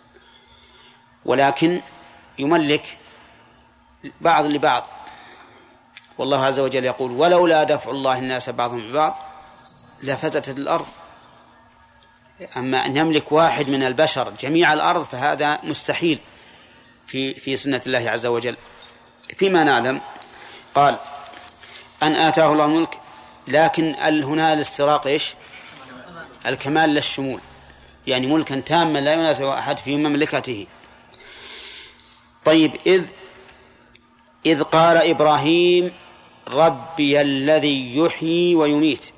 ولكن يملك بعض لبعض. والله عز وجل يقول ولولا دفع الله الناس بعضهم ببعض لفسدت الأرض. أما أن يملك واحد من البشر جميع الأرض فهذا مستحيل في سنة الله عز وجل. فيما نعلم قال أن آتاه الله الملك، لكن هنا الاستراق إيش؟ الكمال للشمول، يعني ملكا تاما لا ينازع أحد في مملكته. طيب إذ قال إبراهيم ربي الذي يحيي ويميت،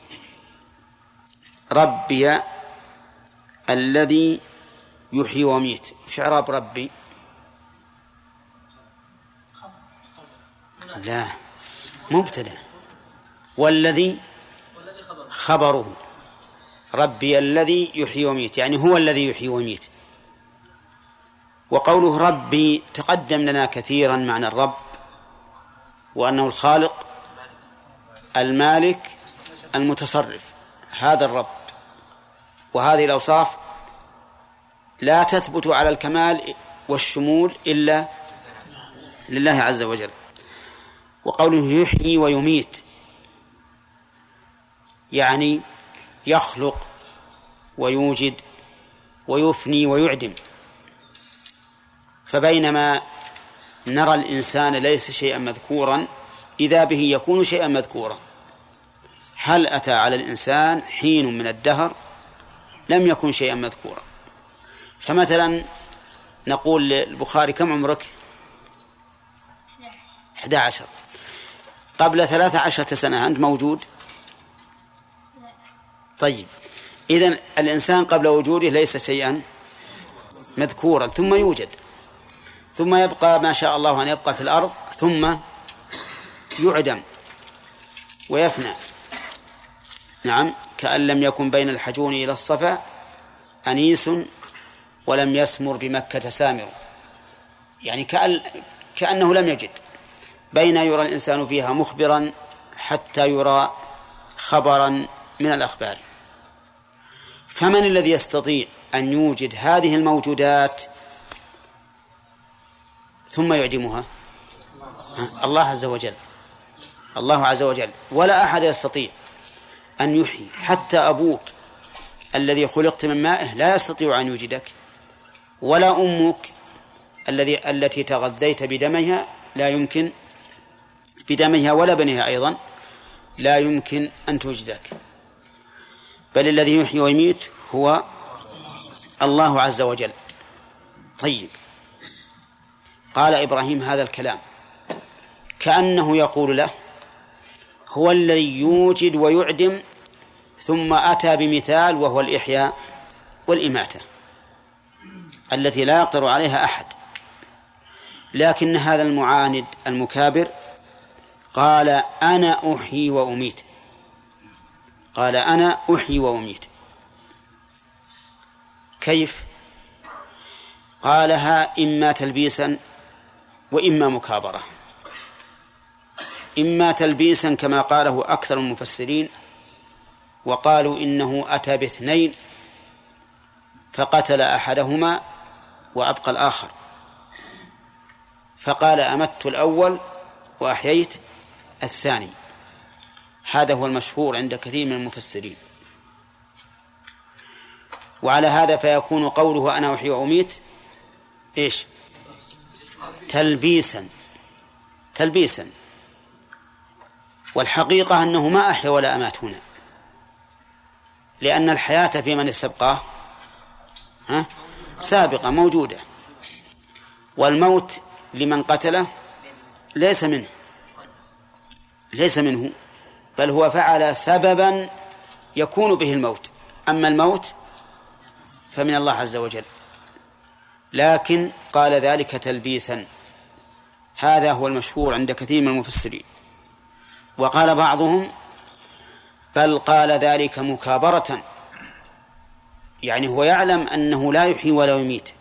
ربي الذي يحيي ويميت، وش إعراب ربي؟ لا، مبتدأ، والذي خبره، ربي الذي يحيي ويميت يعني هو الذي يحيي ويميت. وقوله ربي تقدم لنا كثيرا معنى الرب، وأنه الخالق المالك المتصرف، هذا الرب. وهذه الأوصاف لا تثبت على الكمال والشمول إلا لله عز وجل. وقوله يحيي ويميت يعني يخلق ويوجد ويفني ويعدم. فبينما نرى الإنسان ليس شيئا مذكورا إذا به يكون شيئا مذكورا. هل أتى على الإنسان حين من الدهر لم يكن شيئا مذكورا؟ فمثلا نقول للبخاري كم عمرك؟ 11. قبل 13 سنة أنت موجود؟ طيب إذن الإنسان قبل وجوده ليس شيئا مذكورا، ثم يوجد، ثم يبقى ما شاء الله أن يبقى في الأرض، ثم يعدم ويفنى. نعم، كأن لم يكن بين الحجون إلى الصفا أنيس ولم يسمر بمكة سامر، يعني كأنه لم يجد، بين يرى الإنسان فيها مخبرا حتى يرى خبرا من الأخبار. فمن الذي يستطيع أن يوجد هذه الموجودات ثم يعدمها؟ الله عز وجل، الله عز وجل. ولا أحد يستطيع أن يحيي، حتى أبوك الذي خلقت من مائه لا يستطيع أن يوجدك، ولا أمك التي تغذيت بدمها لا يمكن، بدمها ولا بنها أيضا لا يمكن أن توجدك، بل الذي يحيي ويميت هو الله عز وجل. طيب، قال إبراهيم هذا الكلام كأنه يقول له هو الذي يوجد ويعدم، ثم أتى بمثال وهو الإحياء والإماتة التي لا يقدر عليها أحد. لكن هذا المعاند المكابر قال أنا أحيي وأميت، قال أنا أحيي وأميت. كيف؟ قالها إما تلبيسا وإما مكابرة. إما تلبيسا كما قاله أكثر المفسرين، وقالوا إنه أتى باثنين فقتل أحدهما وأبقى الآخر، فقال أمت الأول وأحييت الثاني. هذا هو المشهور عند كثير من المفسرين. وعلى هذا فيكون قوله أنا أحيي وأميت إيش؟ تلبيسا، والحقيقة أنه ما أحيا ولا أمات هنا، لأن الحياة في من استبقاه سابقة موجودة، والموت لمن قتله ليس منه، بل هو فعل سببا يكون به الموت، أما الموت فمن الله عز وجل. لكن قال ذلك تلبيسا، هذا هو المشهور عند كثير من المفسرين. وقال بعضهم بل قال ذلك مكابرة، يعني هو يعلم أنه لا يحيي ولا يميت،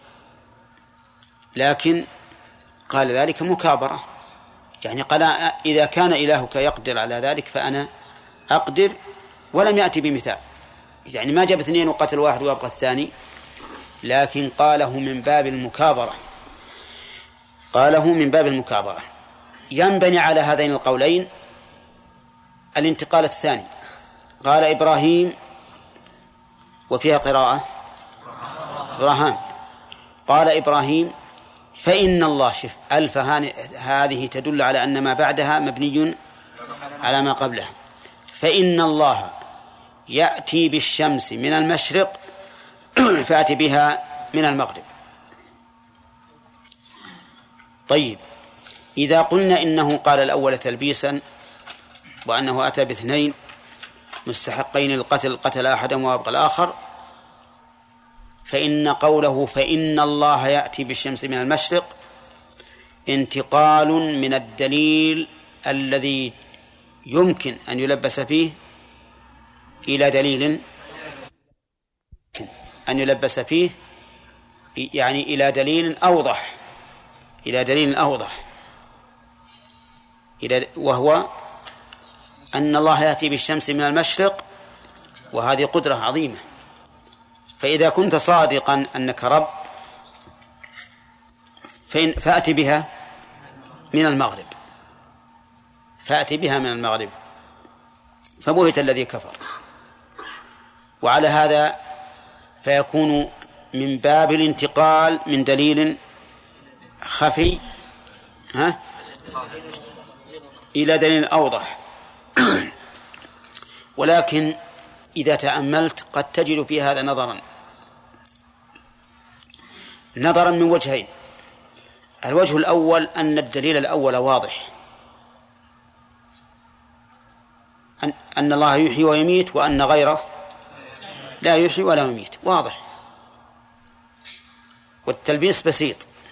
لكن قال ذلك مكابرة، يعني قال إذا كان إلهك يقدر على ذلك فأنا أقدر، ولم يأتي بمثال، يعني ما جاب اثنين وقتل واحد ويبقى الثاني، لكن قاله من باب المكابرة. ينبني على هذين القولين الانتقال الثاني. قال إبراهيم، وفيها قراءة إبراهام، قال إبراهيم فإن الله، شف ألف هذه تدل على أن ما بعدها مبني على ما قبلها. فإن الله يأتي بالشمس من المشرق فأتي بها من المغرب. طيب، إذا قلنا إنه قال الأول تلبيسا وأنه أتى باثنين مستحقين للقتل، قتل أحدهم وأبقى الآخر، فإن قوله فإن الله يأتي بالشمس من المشرق انتقال من الدليل الذي يمكن أن يلبس فيه إلى دليل يعني إلى دليل أوضح، وهو أن الله يأتي بالشمس من المشرق، وهذه قدرة عظيمة. فإذا كنت صادقا أنك رب فأتي بها من المغرب، فبهت الذي كفر. وعلى هذا فيكون من باب الانتقال من دليل خفي إلى دليل أوضح. ولكن إذا تأملت قد تجد في هذا نظرا من وجهين. الوجه الأول أن الدليل الأول واضح، أن الله يحيي ويميت، وأن غيره لا يحيي ولا يميت، واضح، والتلبيس بسيط.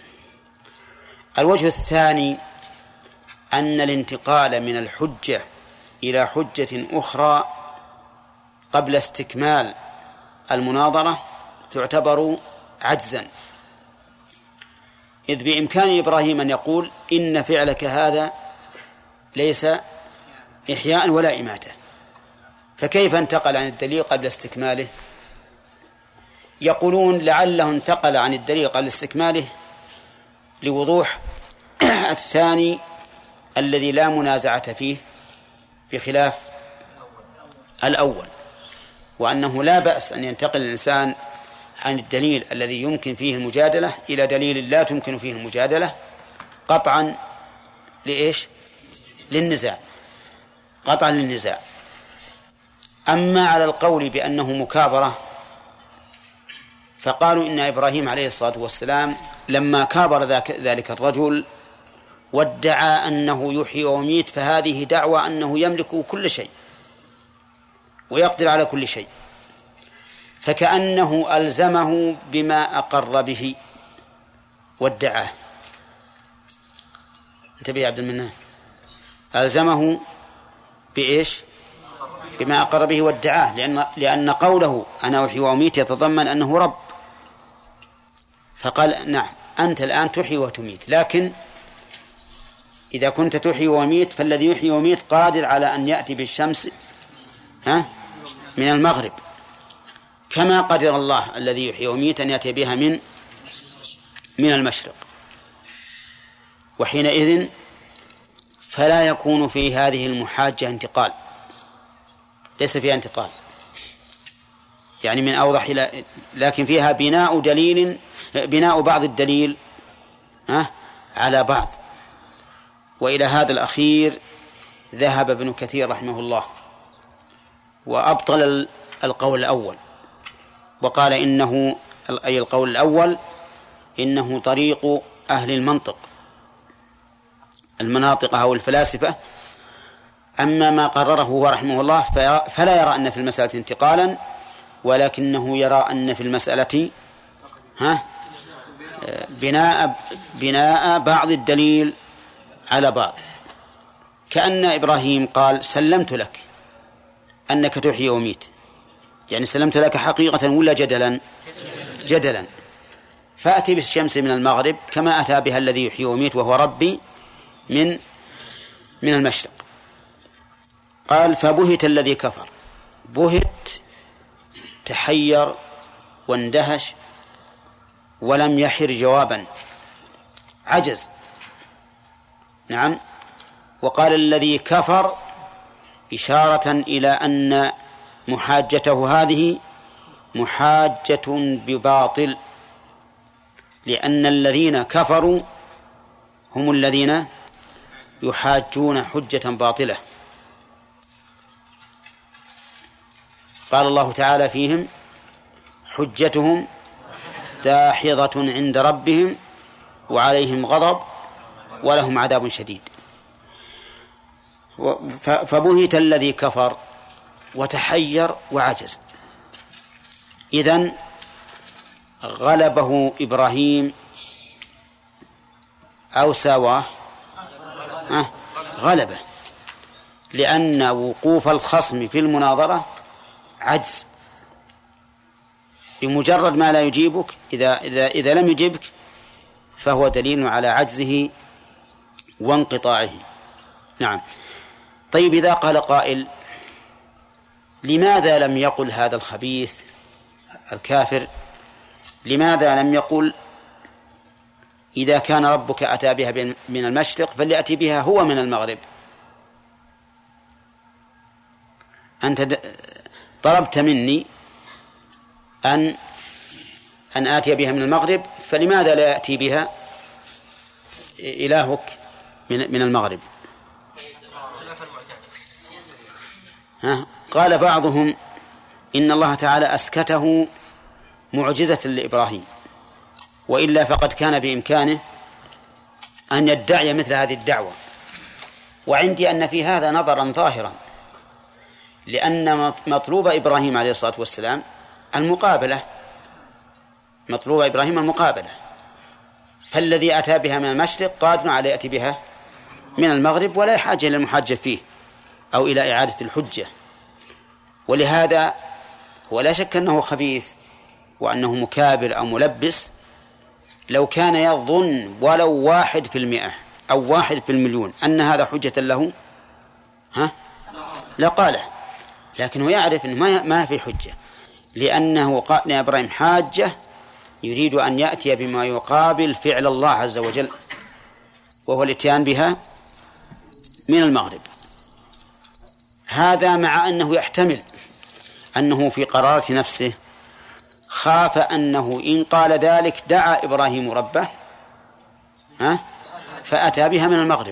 الوجه الثاني أن الانتقال من الحجة إلى حجة أخرى قبل استكمال المناظرة تعتبر عجزا، إذ بإمكان إبراهيم أن يقول إن فعلك هذا ليس إحياء ولا إماتة، فكيف انتقل عن الدليل قبل استكماله؟ يقولون لعله انتقل عن الدليل قبل استكماله لوضوح الثاني الذي لا منازعة فيه بخلاف الأول، وأنه لا بأس أن ينتقل الإنسان عن الدليل الذي يمكن فيه المجادلة إلى دليل لا تمكن فيه المجادلة قطعا للنزاع. أما على القول بأنه مكابرة فقالوا إن إبراهيم عليه الصلاة والسلام لما كابر ذلك الرجل وادعى أنه يحيي ويميت، فهذه دعوى أنه يملك كل شيء ويقدر على كل شيء، فكأنه ألزمه بما أقر به وادعاه. انتبه يا عبد المنان، ألزمه بما أقر به وادعاه، لأن قوله أنا أحيي وأميت يتضمن أنه رب، فقال نعم أنت الآن تحيي وتميت، لكن إذا كنت تحيي وميت فالذي يحيي وميت قادر على أن يأتي بالشمس من المغرب، كما قدر الله الذي يحيي وميت أن يأتي بها من المشرق. وحينئذ فلا يكون في هذه المحاجة انتقال، ليس فيها انتقال يعني من أوضح لكن فيها بناء بعض الدليل على بعض. وإلى هذا الأخير ذهب ابن كثير رحمه الله، وأبطل القول الأول، وقال إنه أي القول الأول إنه طريق أهل المنطق المناطق أو الفلاسفة. أما ما قرره هو رحمه الله فلا يرى أن في المسألة انتقالا، ولكنه يرى أن في المسألة بناء بعض الدليل على بعض، كأن إبراهيم قال سلمت لك أنك تحيي وميت، يعني سلمت لك حقيقة ولا جدلا، فأتي بالشمس من المغرب كما أتى بها الذي يحيي وميت وهو ربي من المشرق. قال فبهت الذي كفر، بهت تحير واندهش ولم يحر جوابا، عجز. نعم. وقال الذي كفر إشارة إلى أن محاجته هذه محاجة بباطل، لأن الذين كفروا هم الذين يحاجون حجة باطلة. قال الله تعالى فيهم حجتهم داحضة عند ربهم وعليهم غضب ولهم عذاب شديد. فبهت الذي كفر وتحير وعجز. إذن غلبه إبراهيم أو ساواه؟ غلبه، لأن وقوف الخصم في المناظرة عجز. بمجرد ما لا يجيبك، إذا لم يجيبك فهو دليل على عجزه وانقطاعه. نعم. طيب إذا قال قائل لماذا لم يقل هذا الخبيث الكافر، لماذا لم يقل إذا كان ربك أتى بها من المشرق فليأتي بها هو من المغرب؟ أنت طلبت مني أن آتي بها من المغرب، فلماذا لا يأتي بها إلهك من المغرب؟ قال بعضهم إن الله تعالى أسكته معجزة لإبراهيم، وإلا فقد كان بإمكانه أن يدعي مثل هذه الدعوة. وعندي أن في هذا نظرا ظاهرا، لأن مطلوب إبراهيم عليه الصلاة والسلام المقابلة، مطلوب إبراهيم المقابلة، فالذي أتى بها من المشرق قادر على يأتي بها من المغرب، ولا حاجة إلى المحاجة فيه أو إلى إعادة الحجة. ولهذا ولا شك أنه خبيث وأنه مكابر أو ملبس. لو كان يظن ولو 1% أو 1% أن هذا حجة له لقاله، لكنه يعرف أنه ما في حجة، لأنه قال يا إبراهيم حاجة يريد أن يأتي بما يقابل فعل الله عز وجل، وهو الاتيان بها من المغرب. هذا مع أنه يحتمل أنه في قرارة نفسه خاف أنه إن قال ذلك دعا إبراهيم ربه فأتى بها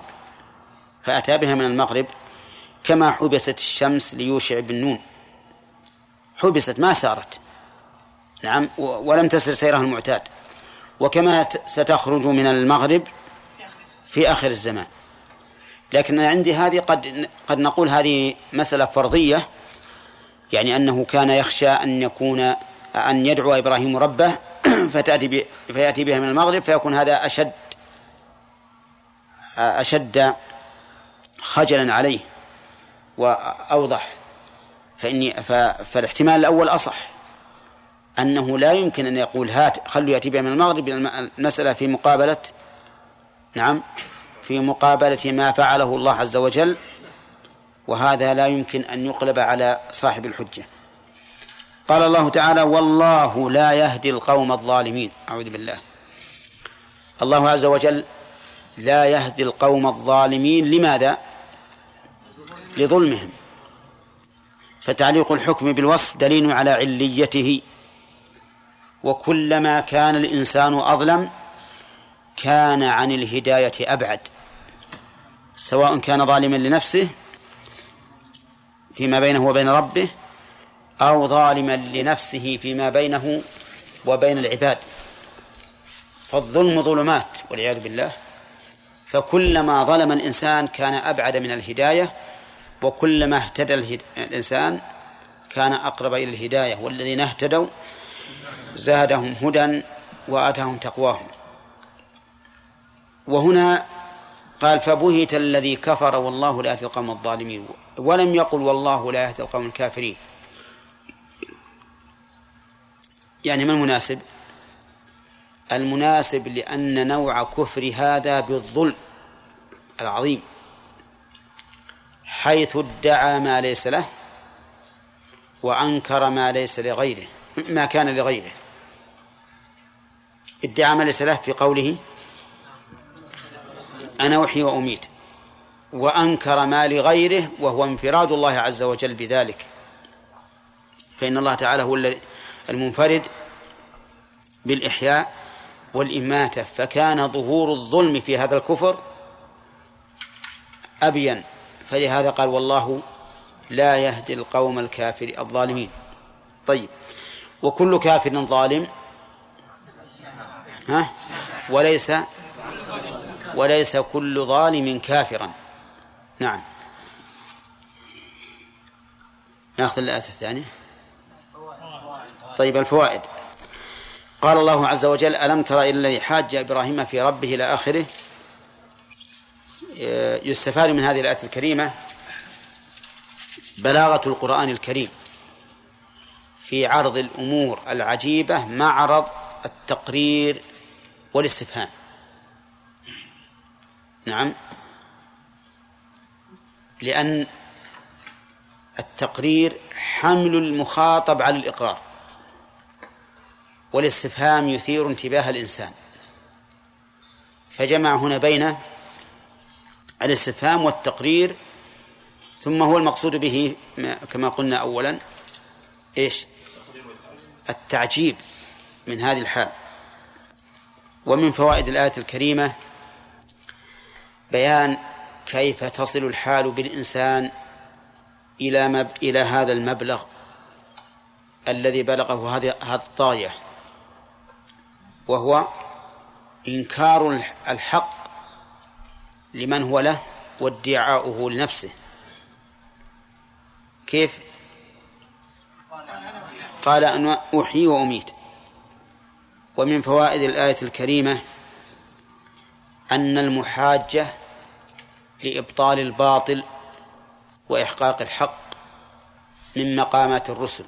من المغرب، كما حبست الشمس ليوشع بن نون، حبست ما سارت، نعم، ولم تسر سيرها المعتاد، وكما ستخرج من المغرب في آخر الزمان. لكن عندي هذه قد نقول هذه مسألة فرضية، يعني أنه كان يخشى أن يدعو إبراهيم ربه فيأتي بها من المغرب، فيكون هذا أشد خجلا عليه وأوضح. فالاحتمال الأول أصح، أنه لا يمكن أن يقول هات خلوا يأتي بها من المغرب، المسألة في مقابلة في مقابلة ما فعله الله عز وجل، وهذا لا يمكن أن يقلب على صاحب الحجة. قال الله تعالى والله لا يهدي القوم الظالمين. أعوذ بالله. الله عز وجل لا يهدي القوم الظالمين. لماذا؟ لظلمهم. فتعليق الحكم بالوصف دليل على عليته، وكلما كان الإنسان أظلم كان عن الهداية أبعد، سواء كان ظالما لنفسه فيما بينه وبين ربه، أو ظالما لنفسه فيما بينه وبين العباد. فالظلم ظلمات والعياذ بالله، فكلما ظلم الإنسان كان أبعد من الهداية، وكلما اهتدى الإنسان كان أقرب إلى الهداية. والذين اهتدوا زادهم هدى وآتاهم تقواهم. وهنا قال فبهت الذي كفر والله لا يهدي القوم الظالمين، ولم يقل والله لا يهدي القوم الكافرين. يعني ما المناسب؟ المناسب لأن نوع كفر هذا بالظلم العظيم، حيث ادعى ما ليس له وأنكر ما ليس لغيره، ما كان لغيره. ادعى ما ليس له في قوله أنا أحيي وأميت، وأنكر ما لغيره وهو انفراد الله عز وجل بذلك، فإن الله تعالى هو المنفرد بالإحياء والإماتة، فكان ظهور الظلم في هذا الكفر أبين، فلهذا قال والله لا يهدي القوم الكافر الظالمين. طيب، وكل كافر ظالم وليس كل ظالم كافرا. نعم. نأخذ الآية الثانية. طيب، الفوائد. قال الله عز وجل ألم تر إلى الذي حاج إبراهيم في ربه إلى آخره. يستفاد من هذه الآية الكريمة بلاغة القرآن الكريم في عرض الأمور العجيبة معرض التقرير والاستفهام. نعم، لأن التقرير حمل المخاطب على الإقرار، والاستفهام يثير انتباه الإنسان، فجمع هنا بين الاستفهام والتقرير. ثم هو المقصود به كما قلنا أولا التعجيب من هذه الحال. ومن فوائد الآية الكريمة بيان كيف تصل الحال بالإنسان إلى هذا المبلغ الذي بلغه هذه الطاغية، وهو إنكار الحق لمن هو له وادعاؤه لنفسه. كيف؟ قال أن أحيي وأميت. ومن فوائد الآية الكريمة أن المحاجة لإبطال الباطل وإحقاق الحق من مقامات الرسل،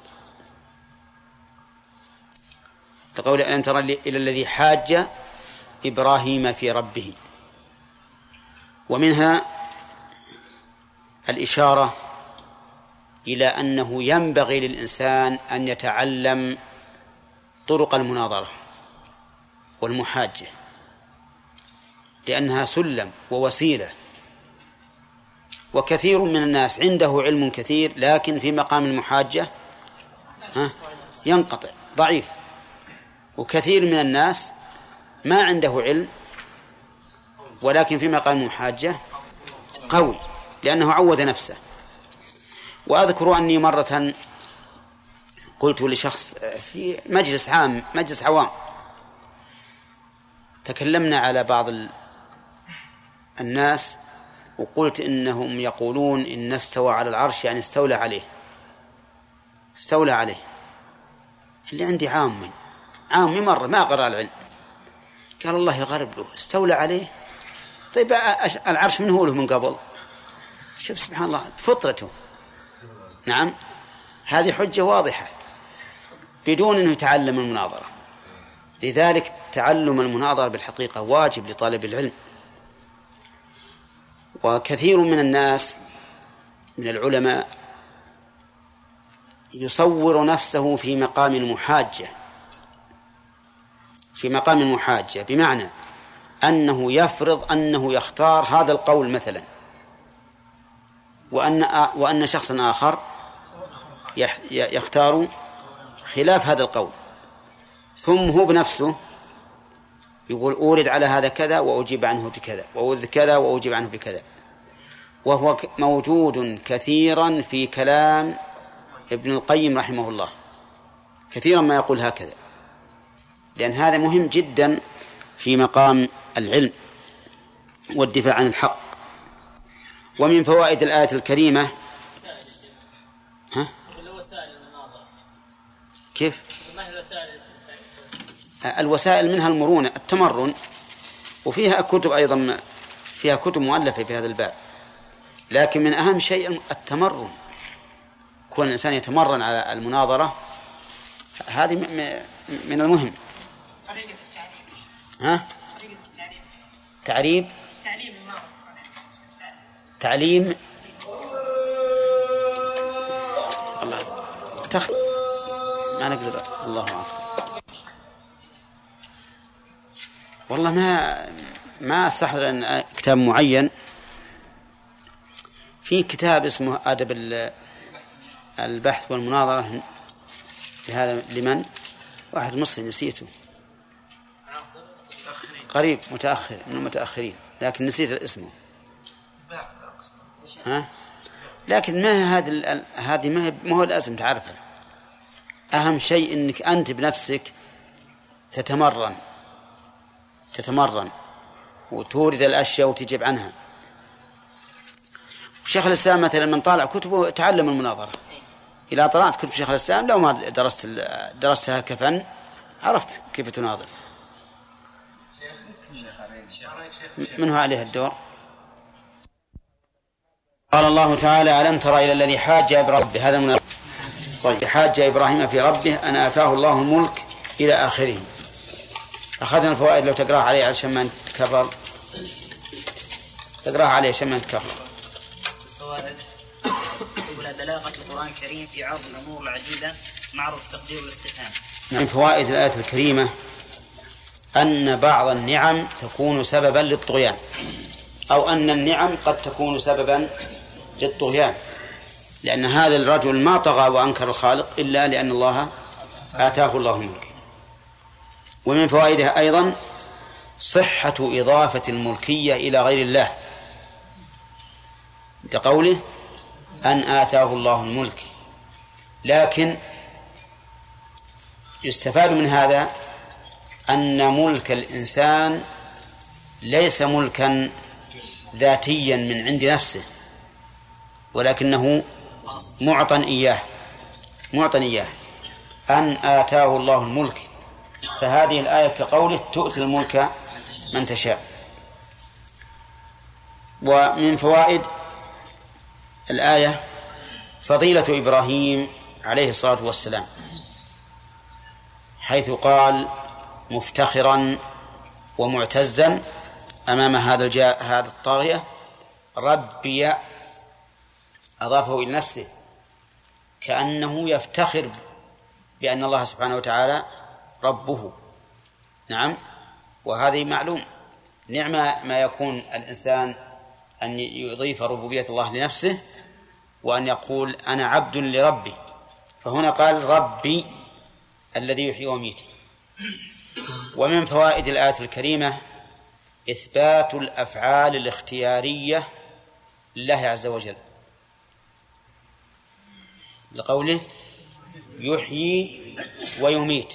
لقول ألم تر إلى الذي حاج إبراهيم في ربه. ومنها الإشارة إلى أنه ينبغي للإنسان أن يتعلم طرق المناظرة والمحاجة، لأنها سلم ووسيلة. وكثير من الناس عنده علم كثير لكن في مقام المحاجة ينقطع ضعيف، وكثير من الناس ما عنده علم ولكن في مقام المحاجة قوي لأنه عود نفسه. وأذكر أني مرة قلت لشخص في مجلس عام، مجلس عوام، تكلمنا على بعض الناس وقلت إنهم يقولون إن استوى على العرش يعني استولى عليه. اللي عندي عامي مرة ما قرأ العلم، قال الله يغرب له استولى عليه. طيب العرش من هو له من قبل؟ شوف سبحان الله فطرته. نعم، هذه حجة واضحة بدون أنه يتعلم المناظرة. لذلك تعلم المناظرة بالحقيقة واجب لطالب العلم. وكثير من الناس من العلماء يصور نفسه في مقام المحاجة، بمعنى أنه يفرض أنه يختار هذا القول مثلا، وأن شخصا آخر يختار خلاف هذا القول، ثم هو بنفسه يقول أورد على هذا كذا وأجيب عنه بكذا، وأورد كذا وأجيب عنه بكذا. وهو موجود كثيرا في كلام ابن القيم رحمه الله كثيرا ما يقول هكذا، لأن هذا مهم جدا في مقام العلم والدفاع عن الحق. ومن فوائد الآية الكريمة كيف؟ الوسائل منها المرونة، التمرن، وفيها كتب أيضا، فيها كتب مؤلفة في هذا الباب، لكن من أهم شيء التمرن، كون الإنسان يتمرن على المناظرة، هذه من المهم.
طريقة التعليم.
ها؟
طريقة التعليم.
تعليم.
تعليم الناظر.
تعليم. الله ما نقدر. الله أكبر. والله ما استحضر أن كتاب معين. في كتاب اسمه أدب البحث والمناظرة لهذا لمن؟ واحد مصري نسيته، قريب متأخر من المتأخرين، لكن نسيت اسمه. ها؟ لكن ما هذه ما هو لازم تعرفها. أهم شيء أنك أنت بنفسك تتمرن وتورد الأشياء وتجيب عنها. شيخ الإسلام مثلا من طالع كتبه تعلم المناظرة. إذا طلعت كتب شيخ الإسلام لو ما درستها كفن عرفت كيف تناظر. من هو عليه الدور؟ قال الله تعالى: ألم تر إلى الذي حاج بربه. هذا من طيب. حاج إبراهيم في ربه أن آتاه الله الملك إلى آخره. أخذنا الفوائد، لو تقرأها عليه عشان ما نتكرر. تقرأها عليه عشان ما نتكرر.
فوائد: أولى بلاغة القرآن الكريم في عرض الأمور العديدة معروف تقدير الاستفهام.
من فوائد الآية الكريمة أن بعض النعم تكون سببا للطغيان، أو أن النعم قد تكون سببا للطغيان، لأن هذا الرجل ما طغى وأنكر الخالق إلا لأن الله آتاه الله الملك. ومن فوائدها أيضا صحة إضافة الملكية إلى غير الله، لقوله أن آتاه الله الملك. لكن يستفاد من هذا أن ملك الإنسان ليس ملكا ذاتيا من عند نفسه، ولكنه معطى إياه أن آتاه الله الملك. فهذه الآية كقوله تؤتي الملك من تشاء. ومن فوائد الآية فضيلة إبراهيم عليه الصلاة والسلام، حيث قال مفتخرا ومعتزا أمام هذا الطاغية: ربي، أضافه إلى نفسه كأنه يفتخر بأن الله سبحانه وتعالى ربه. نعم، وهذه معلوم نعمة ما يكون الإنسان أن يضيف ربوبية الله لنفسه وأن يقول أنا عبد لربي. فهنا قال ربي الذي يحيي ويميت. ومن فوائد الآية الكريمة إثبات الأفعال الاختيارية لله عز وجل، لقوله يحيي ويميت.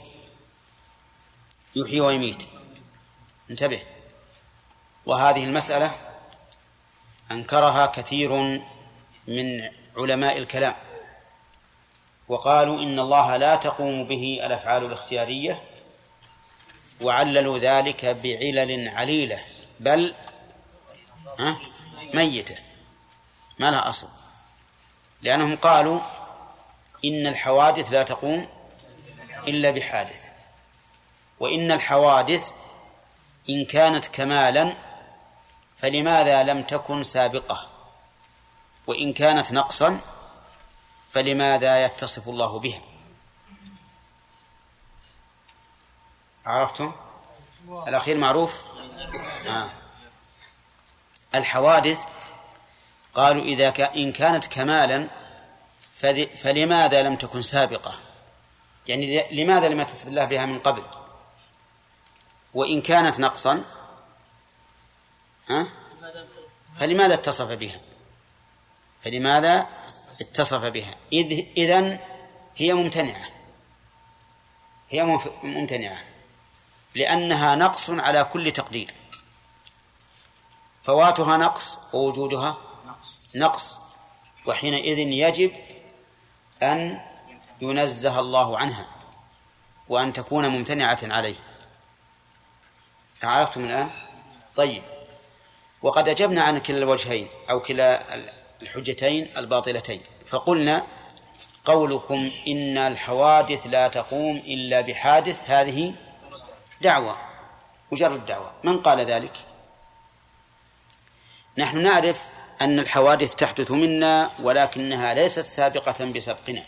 انتبه، وهذه المسألة أنكرها كثير من علماء الكلام، وقالوا إن الله لا تقوم به الأفعال الاختيارية، وعللوا ذلك بعلل عليلة، بل ميتة ما لها أصل، لأنهم قالوا إن الحوادث لا تقوم إلا بحادث، وإن الحوادث إن كانت كمالا فلماذا لم تكن سابقة، وإن كانت نقصا فلماذا يتصف الله بها. عرفتم؟ الأخير معروف. الحوادث قالوا إن كانت كمالا فلماذا لم تكن سابقة، يعني لماذا لم يتصف الله بها من قبل، وإن كانت نقصا فلماذا اتصف بها، اتصف بها، إذن هي ممتنعة، هي ممتنعة لأنها نقص على كل تقدير، فواتها نقص ووجودها نقص، وحينئذ يجب أن ينزه الله عنها وأن تكون ممتنعة عليه. عرفتم الآن؟ طيب، وقد أجبنا عن كلا الوجهين أو كلا الحجتين الباطلتين، فقلنا قولكم إن الحوادث لا تقوم إلا بحادث، هذه دعوة، مجرد دعوة. من قال ذلك؟ نحن نعرف أن الحوادث تحدث منا ولكنها ليست سابقة بسبقنا،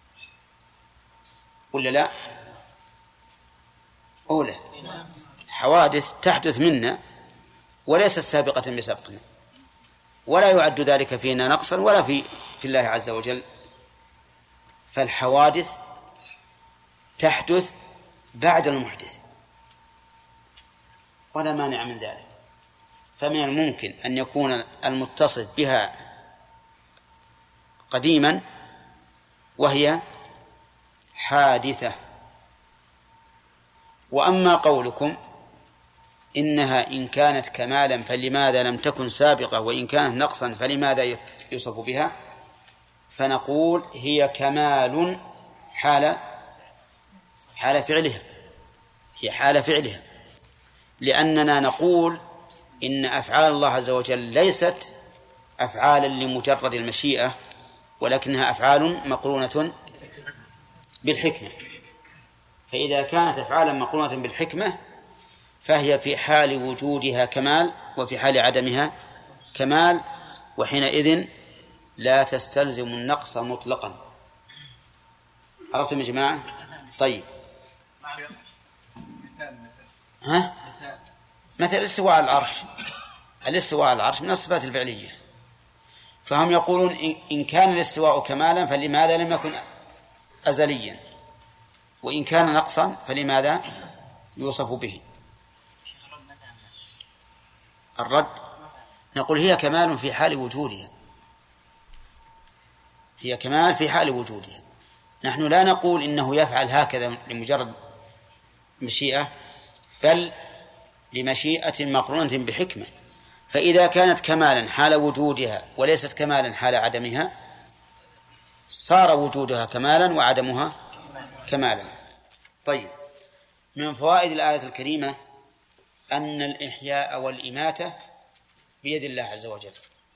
ولا لا؟ أولى حوادث تحدث منا وليست سابقة بسبقنا، ولا يعد ذلك فينا نقصا ولا في الله عز وجل. فالحوادث تحدث بعد المحدث ولا مانع من ذلك، فمن الممكن أن يكون المتصف بها قديما وهي حادثة. وأما قولكم إنها إن كانت كمالا فلماذا لم تكن سابقة، وإن كانت نقصا فلماذا يوصف بها، فنقول هي كمال حال فعلها، هي حال فعلها، لأننا نقول إن أفعال الله عز وجل ليست أفعالا لمجرد المشيئة، ولكنها أفعال مقرونة بالحكمة. فإذا كانت أفعالا مقرونة بالحكمة فهي في حال وجودها كمال وفي حال عدمها كمال، وحينئذ لا تستلزم النقص مطلقا. عرفتم يا جماعة؟ طيب، مثل الاستواء على العرش، الاستواء على العرش من الصفات الفعلية، فهم يقولون إن كان الاستواء كمالا فلماذا لم يكن أزليا، وإن كان نقصا فلماذا يوصف به. الرد نقول هي كمال في حال وجودها، هي كمال في حال وجودها. نحن لا نقول إنه يفعل هكذا لمجرد مشيئة، بل لمشيئة مقرونة بحكمة. فإذا كانت كمالا حال وجودها وليست كمالا حال عدمها صار وجودها كمالا وعدمها كمالا. طيب، من فوائد الآية الكريمة أن الإحياء والإماتة بيد الله عز وجل،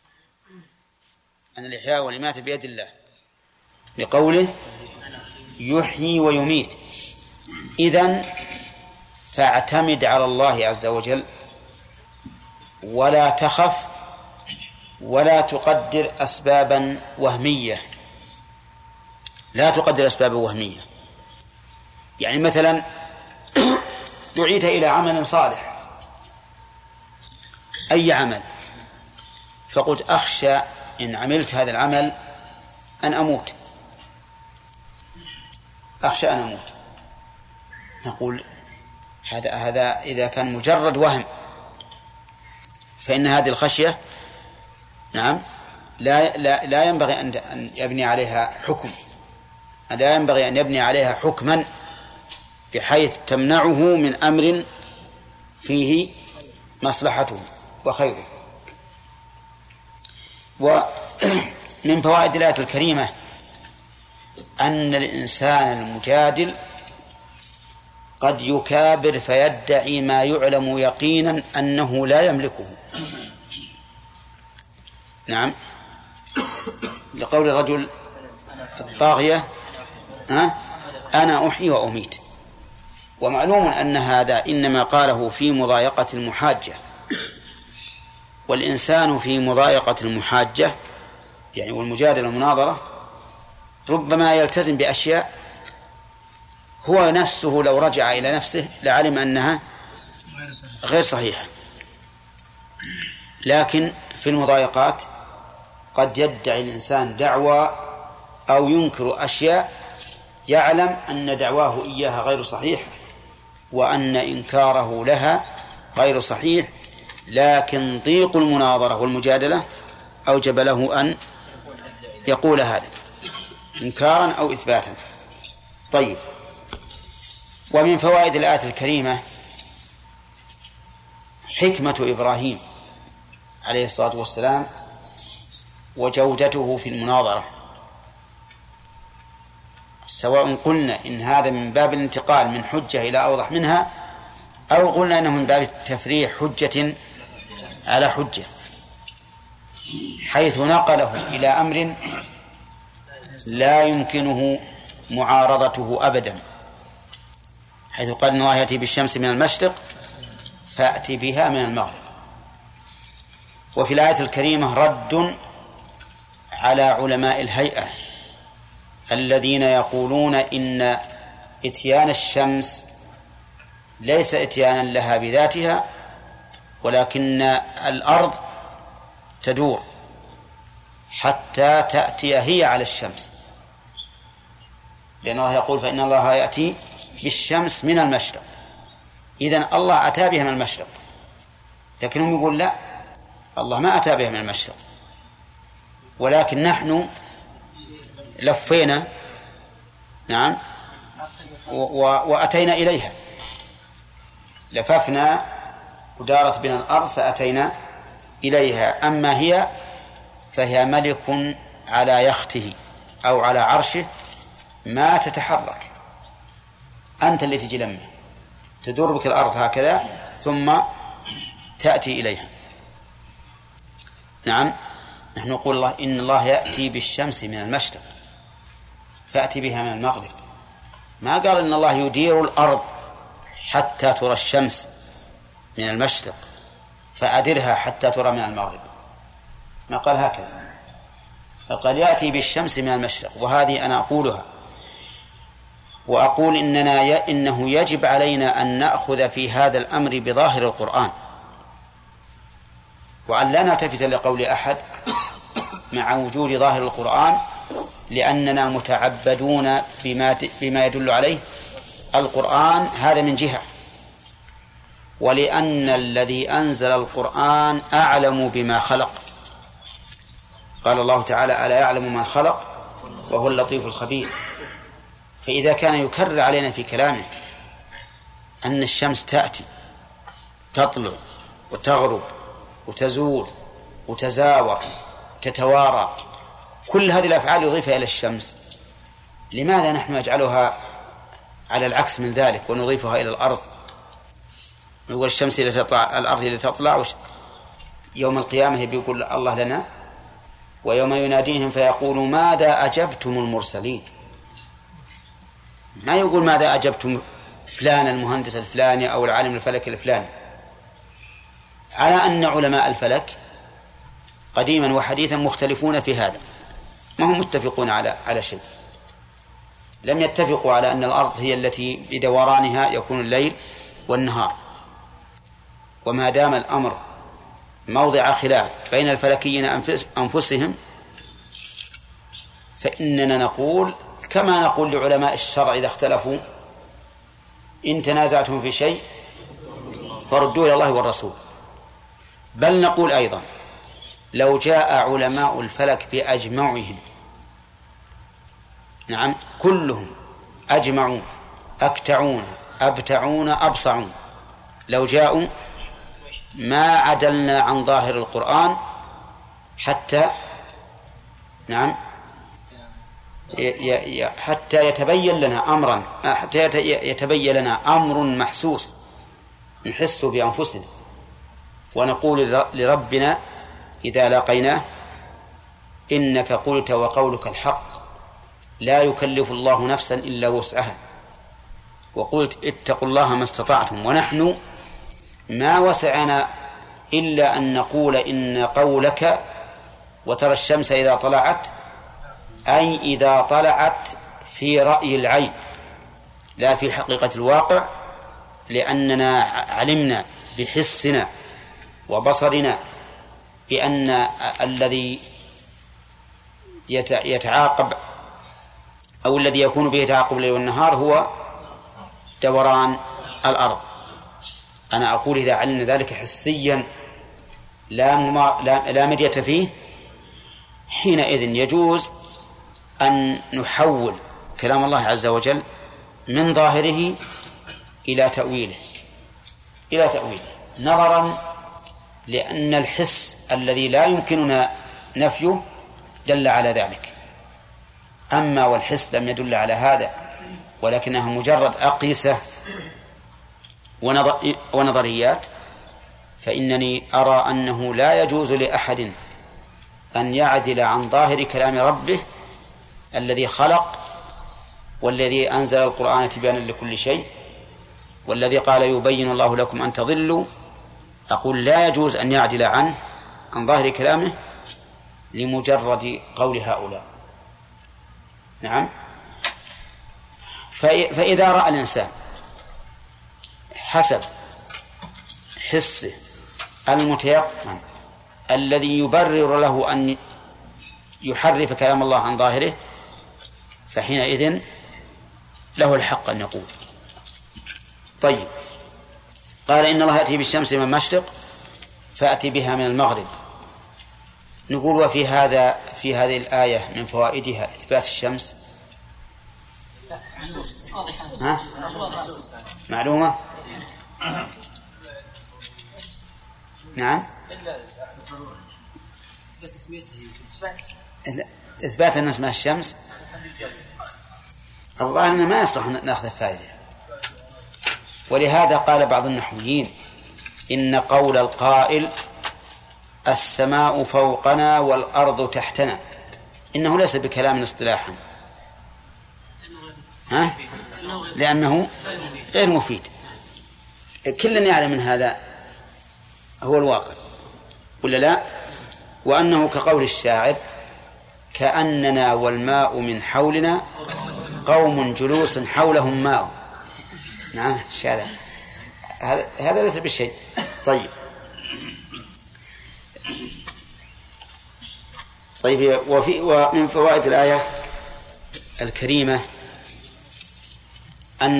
أن الإحياء والإماتة بيد الله، لقوله يحيي ويميت. إذن فاعتمد على الله عز وجل ولا تخف ولا تقدر أسبابا وهمية، لا تقدر أسبابا وهمية. يعني مثلا دعيت إلى عمل صالح، أي عمل، فقلت أخشى إن عملت هذا العمل أن أموت، أخشى أن أموت. نقول هذا إذا كان مجرد وهم فإن هذه الخشية نعم لا ينبغي أن يبني عليها حكم، لا ينبغي أن يبني عليها حكما بحيث تمنعه من أمر فيه مصلحته وخيره. ومن فوائد الآية الكريمة أن الإنسان المجادل قد يكابر فيدعي ما يعلم يقينا أنه لا يملكه. نعم، لقول الرجل الطاغية أنا أحيي وأميت. ومعلوم أن هذا إنما قاله في مضايقة المحاجة، والإنسان في مضايقة المحاجة يعني والمجادلة والمناظرة ربما يلتزم بأشياء هو نفسه لو رجع إلى نفسه لعلم أنها غير صحيحة، لكن في المضايقات قد يدعي الإنسان دعوى أو ينكر أشياء يعلم أن دعواه إياها غير صحيح وأن إنكاره لها غير صحيح، لكن ضيق المناظرة والمجادلة أوجب له يقول هذا إنكارا أو إثباتا. طيب، ومن فوائد الآية الكريمة حكمة إبراهيم عليه الصلاة والسلام وجودته في المناظرة، سواء قلنا إن هذا من باب الانتقال من حجة إلى أوضح منها، أو قلنا أنه من باب تفريع حجة على حجة، حيث نقله إلى أمر لا يمكنه معارضته أبدا، حيث قال إن الله يأتي بالشمس من المشرق فأتي بها من المغرب. وفي الآية الكريمة رد على علماء الهيئة الذين يقولون إن إتيان الشمس ليس إتيانا لها بذاتها، ولكن الأرض تدور حتى تأتي هي على الشمس، لأن الله يقول فإن الله يأتي بالشمس من المشرق، إذن الله أتى بها من المشرق، لكنهم يقول لا، الله ما أتى بها من المشرق، ولكن نحن لفينا نعم وأتينا إليها، لففنا ودارت بنا الأرض فأتينا إليها. أما هي فهي ملك على يخته أو على عرشه ما تتحرك، أنت اللي تجي لما تدور بك الأرض هكذا ثم تأتي إليها. نعم، نحن نقول الله إن الله يأتي بالشمس من المشرق فأتي بها من المغرب، ما قال إن الله يدير الأرض حتى ترى الشمس من المشرق فأدرها حتى ترى من المغرب، ما قال هكذا، فقال يأتي بالشمس من المشرق. وهذه أنا أقولها، وأقول إنه يجب علينا أن نأخذ في هذا الأمر بظاهر القرآن، وأن لا نلتفت لقول أحد مع وجود ظاهر القرآن، لأننا متعبدون بما يدل عليه القرآن، هذا من جهة، ولأن الذي أنزل القرآن أعلم بما خلق، قال الله تعالى ألا يعلم من خلق وهو اللطيف الخبير. فإذا كان يكرر علينا في كلامه أن الشمس تأتي تطلع وتغرب وتزول وتزاور تتوارى، كل هذه الأفعال يضيفها إلى الشمس، لماذا نحن نجعلها على العكس من ذلك ونضيفها إلى الأرض؟ نقول الشمس اللي تطلع، الأرض اللي تطلع، يوم القيامة بيقول الله لنا ويوم يناديهم فيقول ماذا أجبتم المرسلين، ما يقول ماذا أجبتم فلان المهندس الفلاني أو العالم الفلك الفلاني، على أن علماء الفلك قديما وحديثا مختلفون في هذا، ما هم متفقون على شيء، لم يتفقوا على أن الأرض هي التي بدورانها يكون الليل والنهار. وما دام الأمر موضع خلاف بين الفلكيين أنفسهم فإننا نقول كما نقول لعلماء الشرع إذا اختلفوا إن تنازعتم في شيء فردوا إلى الله والرسول. بل نقول أيضا لو جاء علماء الفلك بأجمعهم، نعم كلهم أجمعون أكتعون أبتعون أبصعون، لو جاءوا ما عدلنا عن ظاهر القرآن حتى نعم حتى يتبين لنا أمرا، حتى يتبين لنا أمر محسوس نحس بأنفسنا ونقول لربنا إذا لاقيناه إنك قلت وقولك الحق لا يكلف الله نفسا إلا وسعها، وقلت اتقوا الله ما استطعتم، ونحن ما وسعنا إلا أن نقول إن قولك وترى الشمس إذا طلعت أي إذا طلعت في رأي العين لا في حقيقة الواقع، لأننا علمنا بحسنا وبصرنا بأن الذي يتعاقب أو الذي يكون به تعاقب الليل والنهار هو دوران الأرض. أنا أقول إذا علمنا ذلك حسيا لا مرية فيه، حينئذ يجوز أن نحول كلام الله عز وجل من ظاهره إلى تأويله نظرا لأن الحس الذي لا يمكننا نفيه دل على ذلك. أما والحس لم يدل على هذا ولكنها مجرد أقيسة ونظريات، فإنني أرى أنه لا يجوز لأحد أن يعدل عن ظاهر كلام ربه الذي خلق والذي أنزل القرآن تبيانا لكل شيء والذي قال يبين الله لكم أن تضلوا. أقول لا يجوز أن يعدل عن ظاهر كلامه لمجرد قول هؤلاء. نعم. فإذا رأى الإنسان حسب حسه المتيقن الذي يبرر له أن يحرف كلام الله عن ظاهره، فحينئذ له الحق أن يقول. طيب، قال إن الله يأتي بالشمس من المشرق فأتي بها من المغرب. نقول وفي هذه الآية من فوائدها إثبات الشمس. ها؟ معلومة؟ نعم. إثبات أن اسمها الشمس الله أننا ما يصح نأخذ الفائدة. ولهذا قال بعض النحويين إن قول القائل السماء فوقنا والأرض تحتنا إنه ليس بكلام اصطلاحا، لأنه غير مفيد. كلنا يعلم من هذا هو الواقع ولا لا؟ وأنه كقول الشاعر كأننا والماء من حولنا قوم جلوس حولهم ماء. نعم الشاعر هذا ليس بالشيء. طيب ومن فوائد الآية الكريمة أن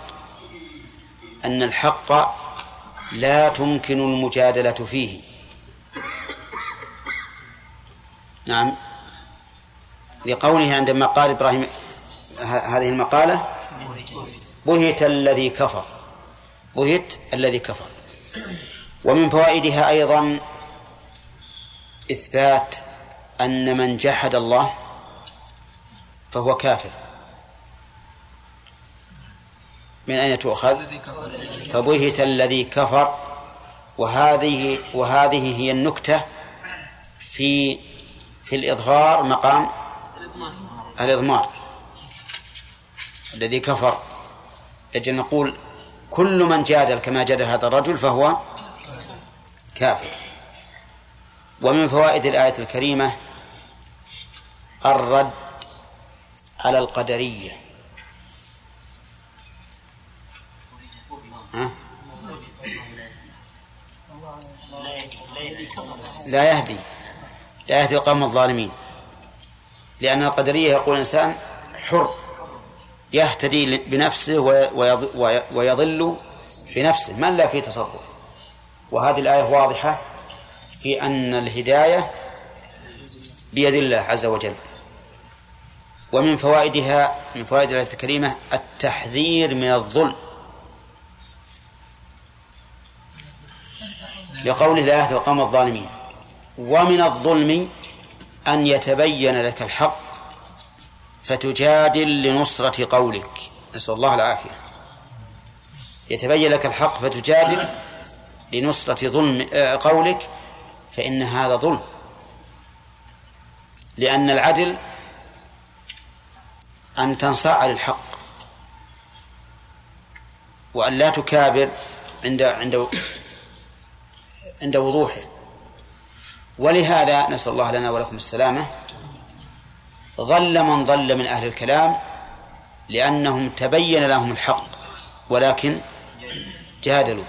الحق لا تمكن المجادلة فيه. نعم، لقوله عندما قال إبراهيم هذه المقالة بهت الذي كفر. ومن فوائدها أيضا إثبات أن من جحد الله فهو كافر. من أين تؤخذ؟ فبهت الذي كفر. وهذه هي النكتة في الإظهار مقام الإضمار. الذي كفر لأجل نقول كل من جادل كما جادل هذا الرجل فهو كافر. ومن فوائد الآية الكريمة الرد على القدرية. لا يهدي القوم الظالمين، لأن القدرية يقول الإنسان حر يهتدي بنفسه ويضل بنفسه من لا في تصرف. وهذه الآية واضحة في أن الهداية بيد الله عز وجل. ومن فوائدها من فوائد الآية الكريمة التحذير من الظلم، لقوله لا يهدي القوم الظالمين. ومن الظلم أن يتبين لك الحق فتجادل لنصرة قولك، نسأل الله العافية. يتبين لك الحق فتجادل لنصرة قولك، فإن هذا ظلم، لأن العدل أن تنصاع للحق وأن لا تكابر عند وضوحه. ولهذا نسأل الله لنا ولكم السلامة ظل من ظل من أهل الكلام لأنهم تبين لهم الحق ولكن جادلوا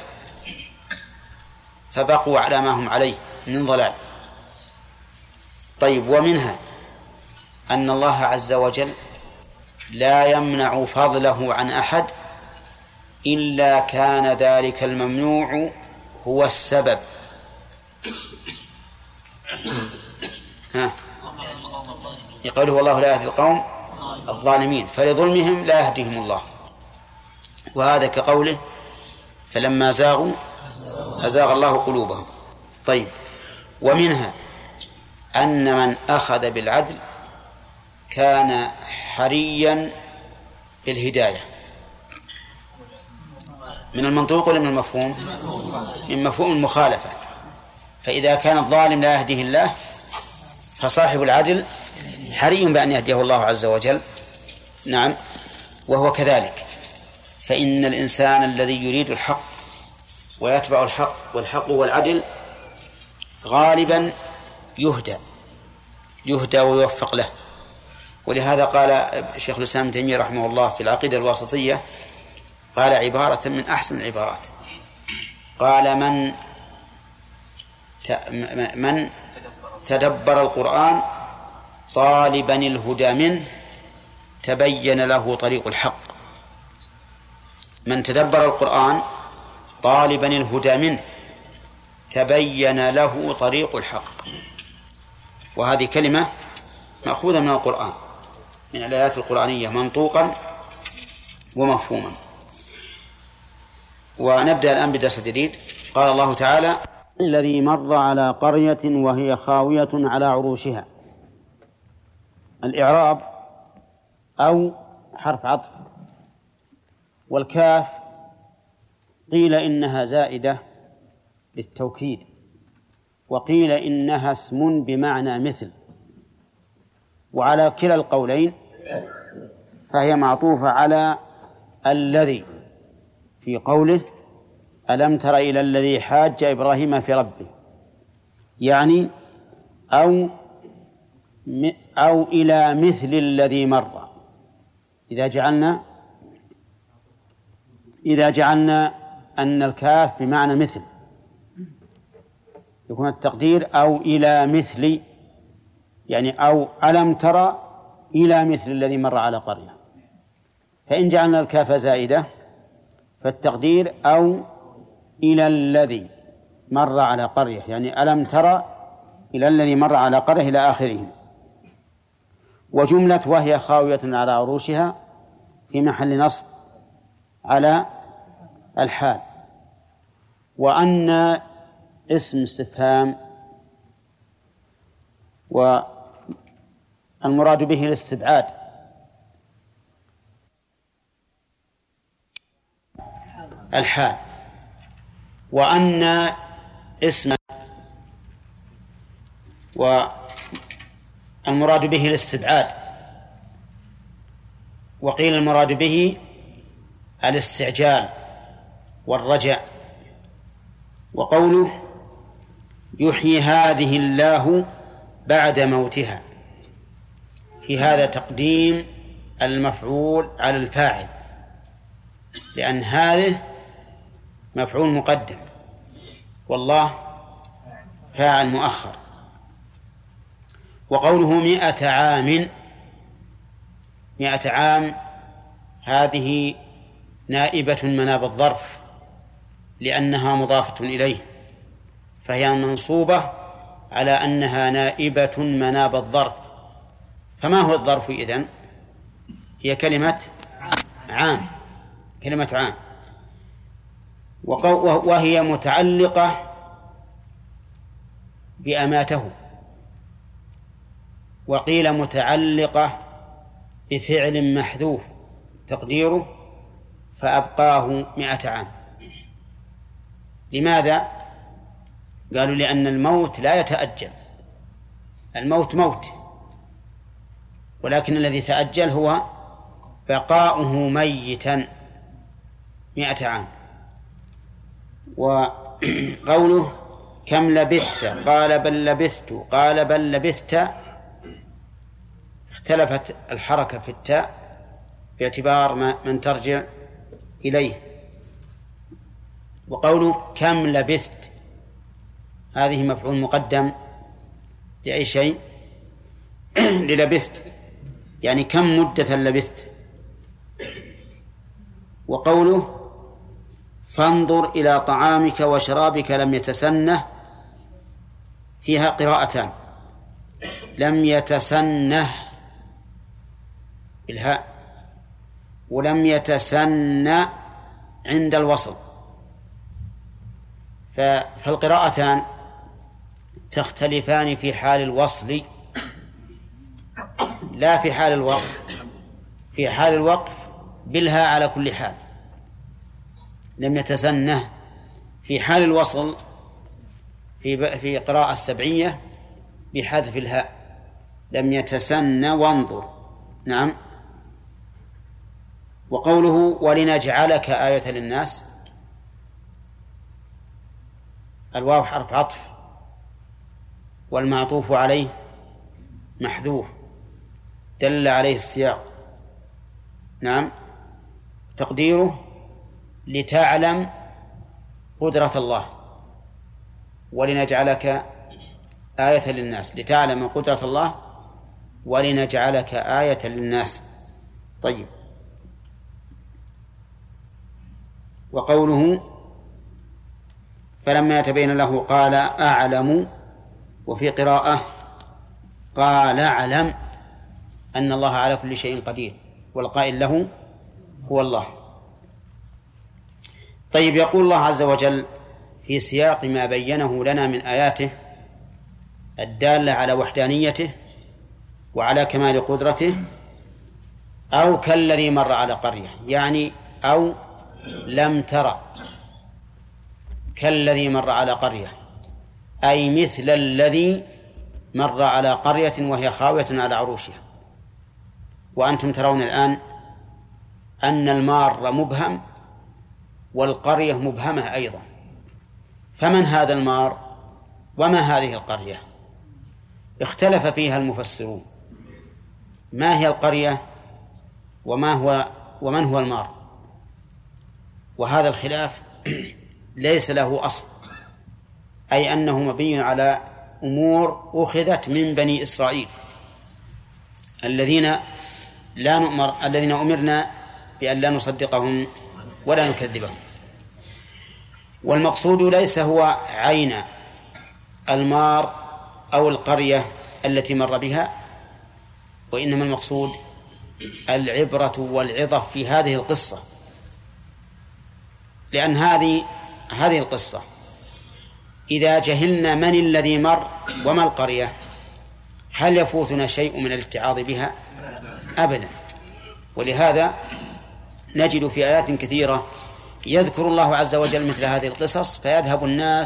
فبقوا على ما هم عليه من ضلال. طيب، ومنها أن الله عز وجل لا يمنع فضله عن أحد إلا كان ذلك الممنوع هو السبب. لقوله والله لا يهدي القوم الظالمين، فلظلمهم لا يهديهم الله. وهذا كقوله فلما زاغوا أزاغ الله قلوبهم. طيب، ومنها أن من أخذ بالعدل كان حريا بالهداية. من المنطوق ولا من المفهوم؟ من مفهوم المخالفة. فإذا كان الظالم لا يهديه الله فصاحب العدل حري بأن يهديه الله عز وجل. نعم، وهو كذلك. فإن الإنسان الذي يريد الحق ويتبع الحق والحق والعدل غالبا يهدى ويوفق له. ولهذا قال شيخ الإسلام ابن تيمية رحمه الله في العقيدة الواسطية، قال عبارة من أحسن العبارات، قال من تدبر القرآن طالبا الهدى منه تبين له طريق الحق. من تدبر القرآن طالبا الهدى منه تبين له طريق الحق. وهذه كلمة مأخوذة من القرآن، من الآيات القرآنية منطوقا ومفهوما. ونبدأ الآن بدرس جديد. قال الله تعالى الذي مر على قرية وهي خاوية على عروشها. الإعراب أو حرف عطف، والكاف قيل إنها زائدة للتوكيد، وقيل إنها اسم بمعنى مثل، وعلى كلا القولين فهي معطوفة على الذي في قوله ألم تر إلى الذي حاج إبراهيم في ربه، يعني أو إلى مثل الذي مر. إذا جعلنا أن الكاف بمعنى مثل يكون التقدير أو إلى مثل، يعني أو ألم تر إلى مثل الذي مر على قرية. فإن جعلنا الكاف زائدة فالتقدير أو إلى الذي مر على قرية، يعني ألم تر إلى الذي مر على قرية إلى آخره. وجملة وهي خاوية على عروشها في محل نصب على الحال. وأن اسم استفهام، والمراد به الاستبعاد. الحال. وأن اسم، والمراد به الاستبعاد، وقيل المراد به الاستعجال والرجع. وقوله يحيي هذه الله بعد موتها، في هذا تقديم المفعول على الفاعل، لأن هذه مفعول مقدم والله فاعل مؤخر. وقوله 100 عام، 100 عام هذه نائبة مناب الظرف لأنها مضافة إليه، فهي منصوبة على أنها نائبة مناب الظرف. فما هو الظرف إذن؟ هي كلمة عام، كلمة عام، وهي متعلقة بأماته، وقيل متعلقة بفعل محذوف تقديره فأبقاه 100 عام. لماذا؟ قالوا لأن الموت لا يتأجل، الموت موت، ولكن الذي تأجل هو بقاؤه ميتا 100 عام. وقوله كم لبثت قال بل لبثت قال بل لبثت، اختلفت الحركة في التاء باعتبار من ترجع إليه. وقوله كم لبثت هذه مفعول مقدم لأي شيء؟ للبثت، يعني كم مدة لبثت. وقوله فانظر إلى طعامك وشرابك لم يتسنه، فيها قراءتان، لم يتسنه بالهاء، ولم يتسن عند الوصل. فالقراءتان تختلفان في حال الوصل لا في حال الوقف. في حال الوقف بالهاء على كل حال، لم يتسنه. في حال الوصل في قراءة السبعية بحذف الهاء، لم يتسن وانظر. نعم. وقوله ولنجعلك آية للناس، الواو حرف عطف والمعطوف عليه محذوف دل عليه السياق. نعم. تقديره لتعلم قدرة الله، ولنجعلك آية للناس، لتعلم قدرة الله ولنجعلك آية للناس. طيب. وقوله فلما يتبين له قال أعلم، وفي قراءة قال أعلم أن الله على كل شيء قدير، والقائل له هو الله. طيب. يقول الله عز وجل في سياق ما بينه لنا من آياته الدالة على وحدانيته وعلى كمال قدرته: أو كالذي مر على قرية، يعني أو لم ترى كالذي مر على قرية، أي مثل الذي مر على قرية وهي خاوية على عروشها. وأنتم ترون الآن أن المار مبهم والقرية مبهمة أيضا، فمن هذا المار وما هذه القرية؟ اختلف فيها المفسرون، ما هي القرية ومن هو المار؟ وهذا الخلاف ليس له أصل، أي أنه مبني على أمور أخذت من بني إسرائيل الذين أمرنا بأن لا نصدقهم ولا نكذبهم. والمقصود ليس هو عين المار أو القرية التي مر بها، وإنما المقصود العبرة والعظة في هذه القصة، لأن هذه القصة إذا جهلنا من الذي مر وما القرية هل يفوتنا شيء من الاتعاظ بها؟ أبدا. ولهذا نجد في آيات كثيرة يذكر الله عز وجل مثل هذه القصص فيذهب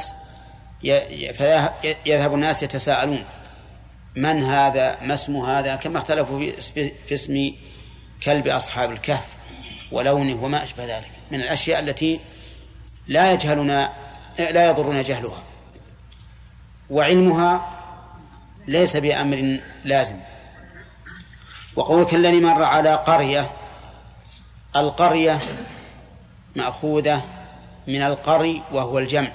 الناس يتساءلون من هذا، ما اسم هذا، كما اختلفوا في اسم كلب أصحاب الكهف ولونه وما أشبه ذلك من الأشياء التي لا يضرنا جهلها، وعلمها ليس بأمر لازم. وقولك الذي مر على قرية، القرية مأخوذة من القري وهو الجمع،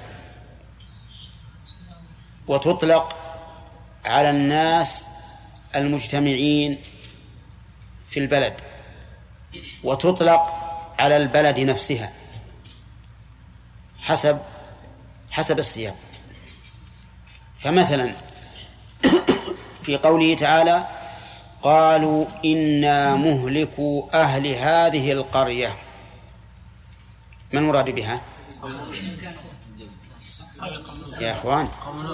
وتطلق على الناس المجتمعين في البلد، وتطلق على البلد نفسها حسب السياق. فمثلا في قوله تعالى قالوا إنا مهلكوا أهل هذه القرية، ما المراد بها يا أخوان؟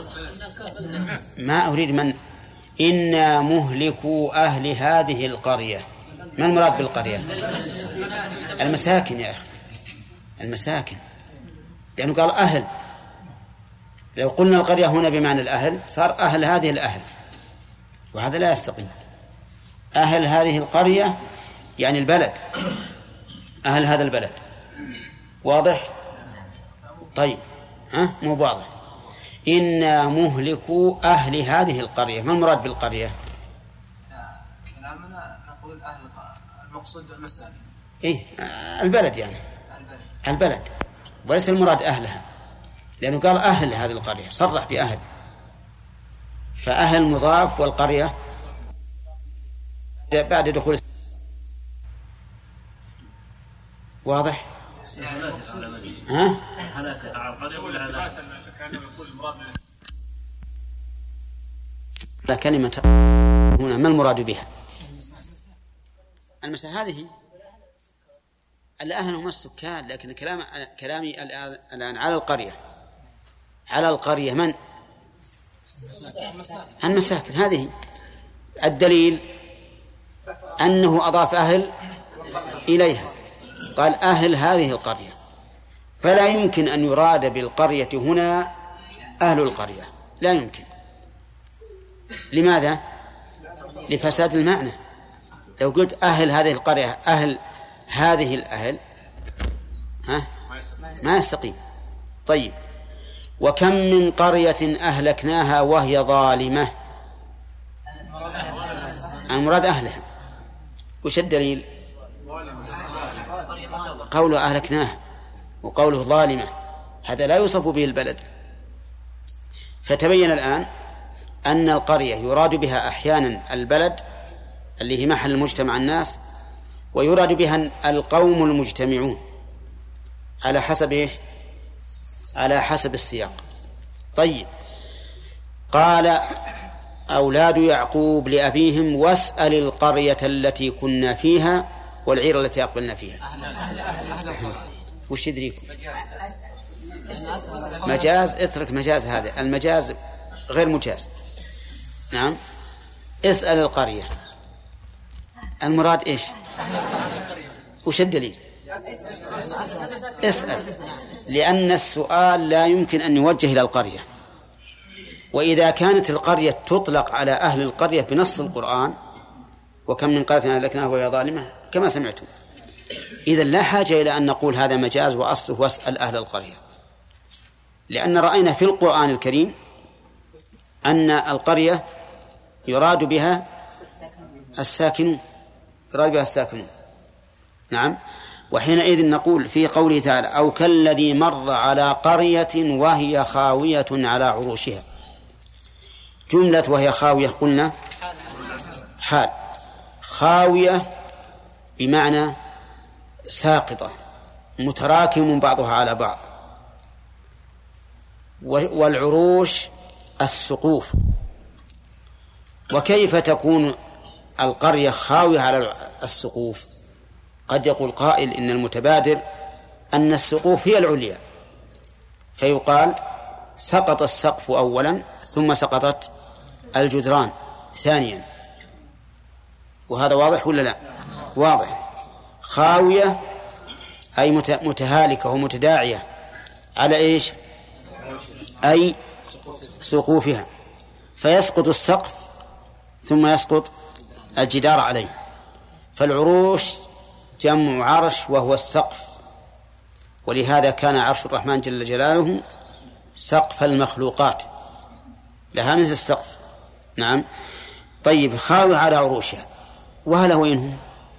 ما أريد من. إنا مهلكوا أهل هذه القرية، ما المراد بالقرية؟ المساكن يا أخي، المساكن، لأنه قال أهل. لو قلنا القرية هنا بمعنى الأهل صار أهل هذه الأهل، وهذا لا يستقيم. أهل هذه القرية يعني البلد، أهل هذا البلد. واضح؟ طيب، مو واضح. إنا مهلكوا أهل هذه القرية، ما المراد بالقرية؟
كلامنا نقول أهل المقصود المسألة
البلد، يعني البلد، وليس المراد أهلها، لأنه قال أهل هذه القرية، صرح بأهل، فأهل مضاف والقرية بعد دخول. واضح؟ لا كلمة هنا ما المراد بها؟ المسألة هذه الأهل هم السكان، لكن كلامي الآن على القرية. على القرية من؟ المساكن. هذه الدليل أنه أضاف أهل إليها، قال أهل هذه القرية، فلا يمكن أن يراد بالقرية هنا أهل القرية، لا يمكن. لماذا؟ لفساد المعنى. لو قلت أهل هذه القرية أهل هذه الأهل ما يستقيم. طيب، وكم من قرية أهلكناها وهي ظالمة. المراد أهلها. وش الدليل؟ قوله أهلكناها وقوله ظالمة، هذا لا يوصف به البلد. فتبين الآن أن القرية يراد بها أحيانا البلد اللي هي محل مجتمع الناس، ويراد بها القوم المجتمعون على حسب إيش؟ على حسب السياق. طيب، قال أولاد يعقوب لأبيهم واسأل القرية التي كنا فيها والعير التي أقبلنا فيها. وش يدريكم؟ مجاز. اترك مجاز، هذا المجاز غير مجاز. نعم، اسأل القرية، المراد إيش؟ وش الدليل؟ اسأل، لأن السؤال لا يمكن أن يوجه إلى القرية، وإذا كانت القرية تطلق على أهل القرية بنص القرآن وكم من قرية أهلكناها وهي ظالمة كما سمعتم، إذن لا حاجة إلى أن نقول هذا مجاز وأصله واسأل أهل القرية، لأن رأينا في القرآن الكريم أن القرية يراد بها الساكنون، يراد بها الساكنون. نعم، وحينئذ نقول في قوله تعالى أو كالذي مر على قرية وهي خاوية على عروشها، جملة وهي خاوية قلنا حال، خاوية بمعنى ساقطة متراكم بعضها على بعض، والعروش السقوف. وكيف تكون القرية خاوية على السقوف؟ قد يقول قائل إن المتبادر أن السقوف هي العليا، فيقال سقط السقف أولا ثم سقطت الجدران ثانيا، وهذا واضح ولا لا؟ واضح. خاوية أي متهالكة ومتداعية على إيش؟ أي سقوفها، فيسقط السقف ثم يسقط الجدار عليه. فالعروش جمع عرش وهو السقف، ولهذا كان عرش الرحمن جل جلاله سقف المخلوقات، لها مثل السقف. نعم. طيب، خاوية على عروشها، وهل وينهم؟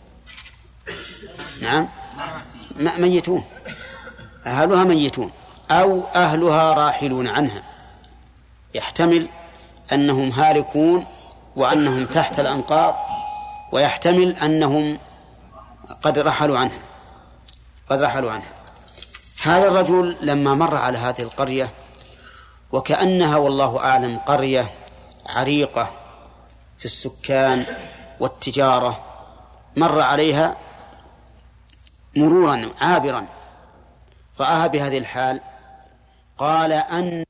نعم، ميتون، أهلها ميتون أو أهلها راحلون عنها، يحتمل أنهم هالكون وأنهم تحت الأنقاض، ويحتمل أنهم قد رحلوا عنها. هذا الرجل لما مر على هذه القرية، وكأنها والله أعلم قرية عريقة في السكان والتجارة، مر عليها مرورا عابرا، رآها بهذه الحال، قال أن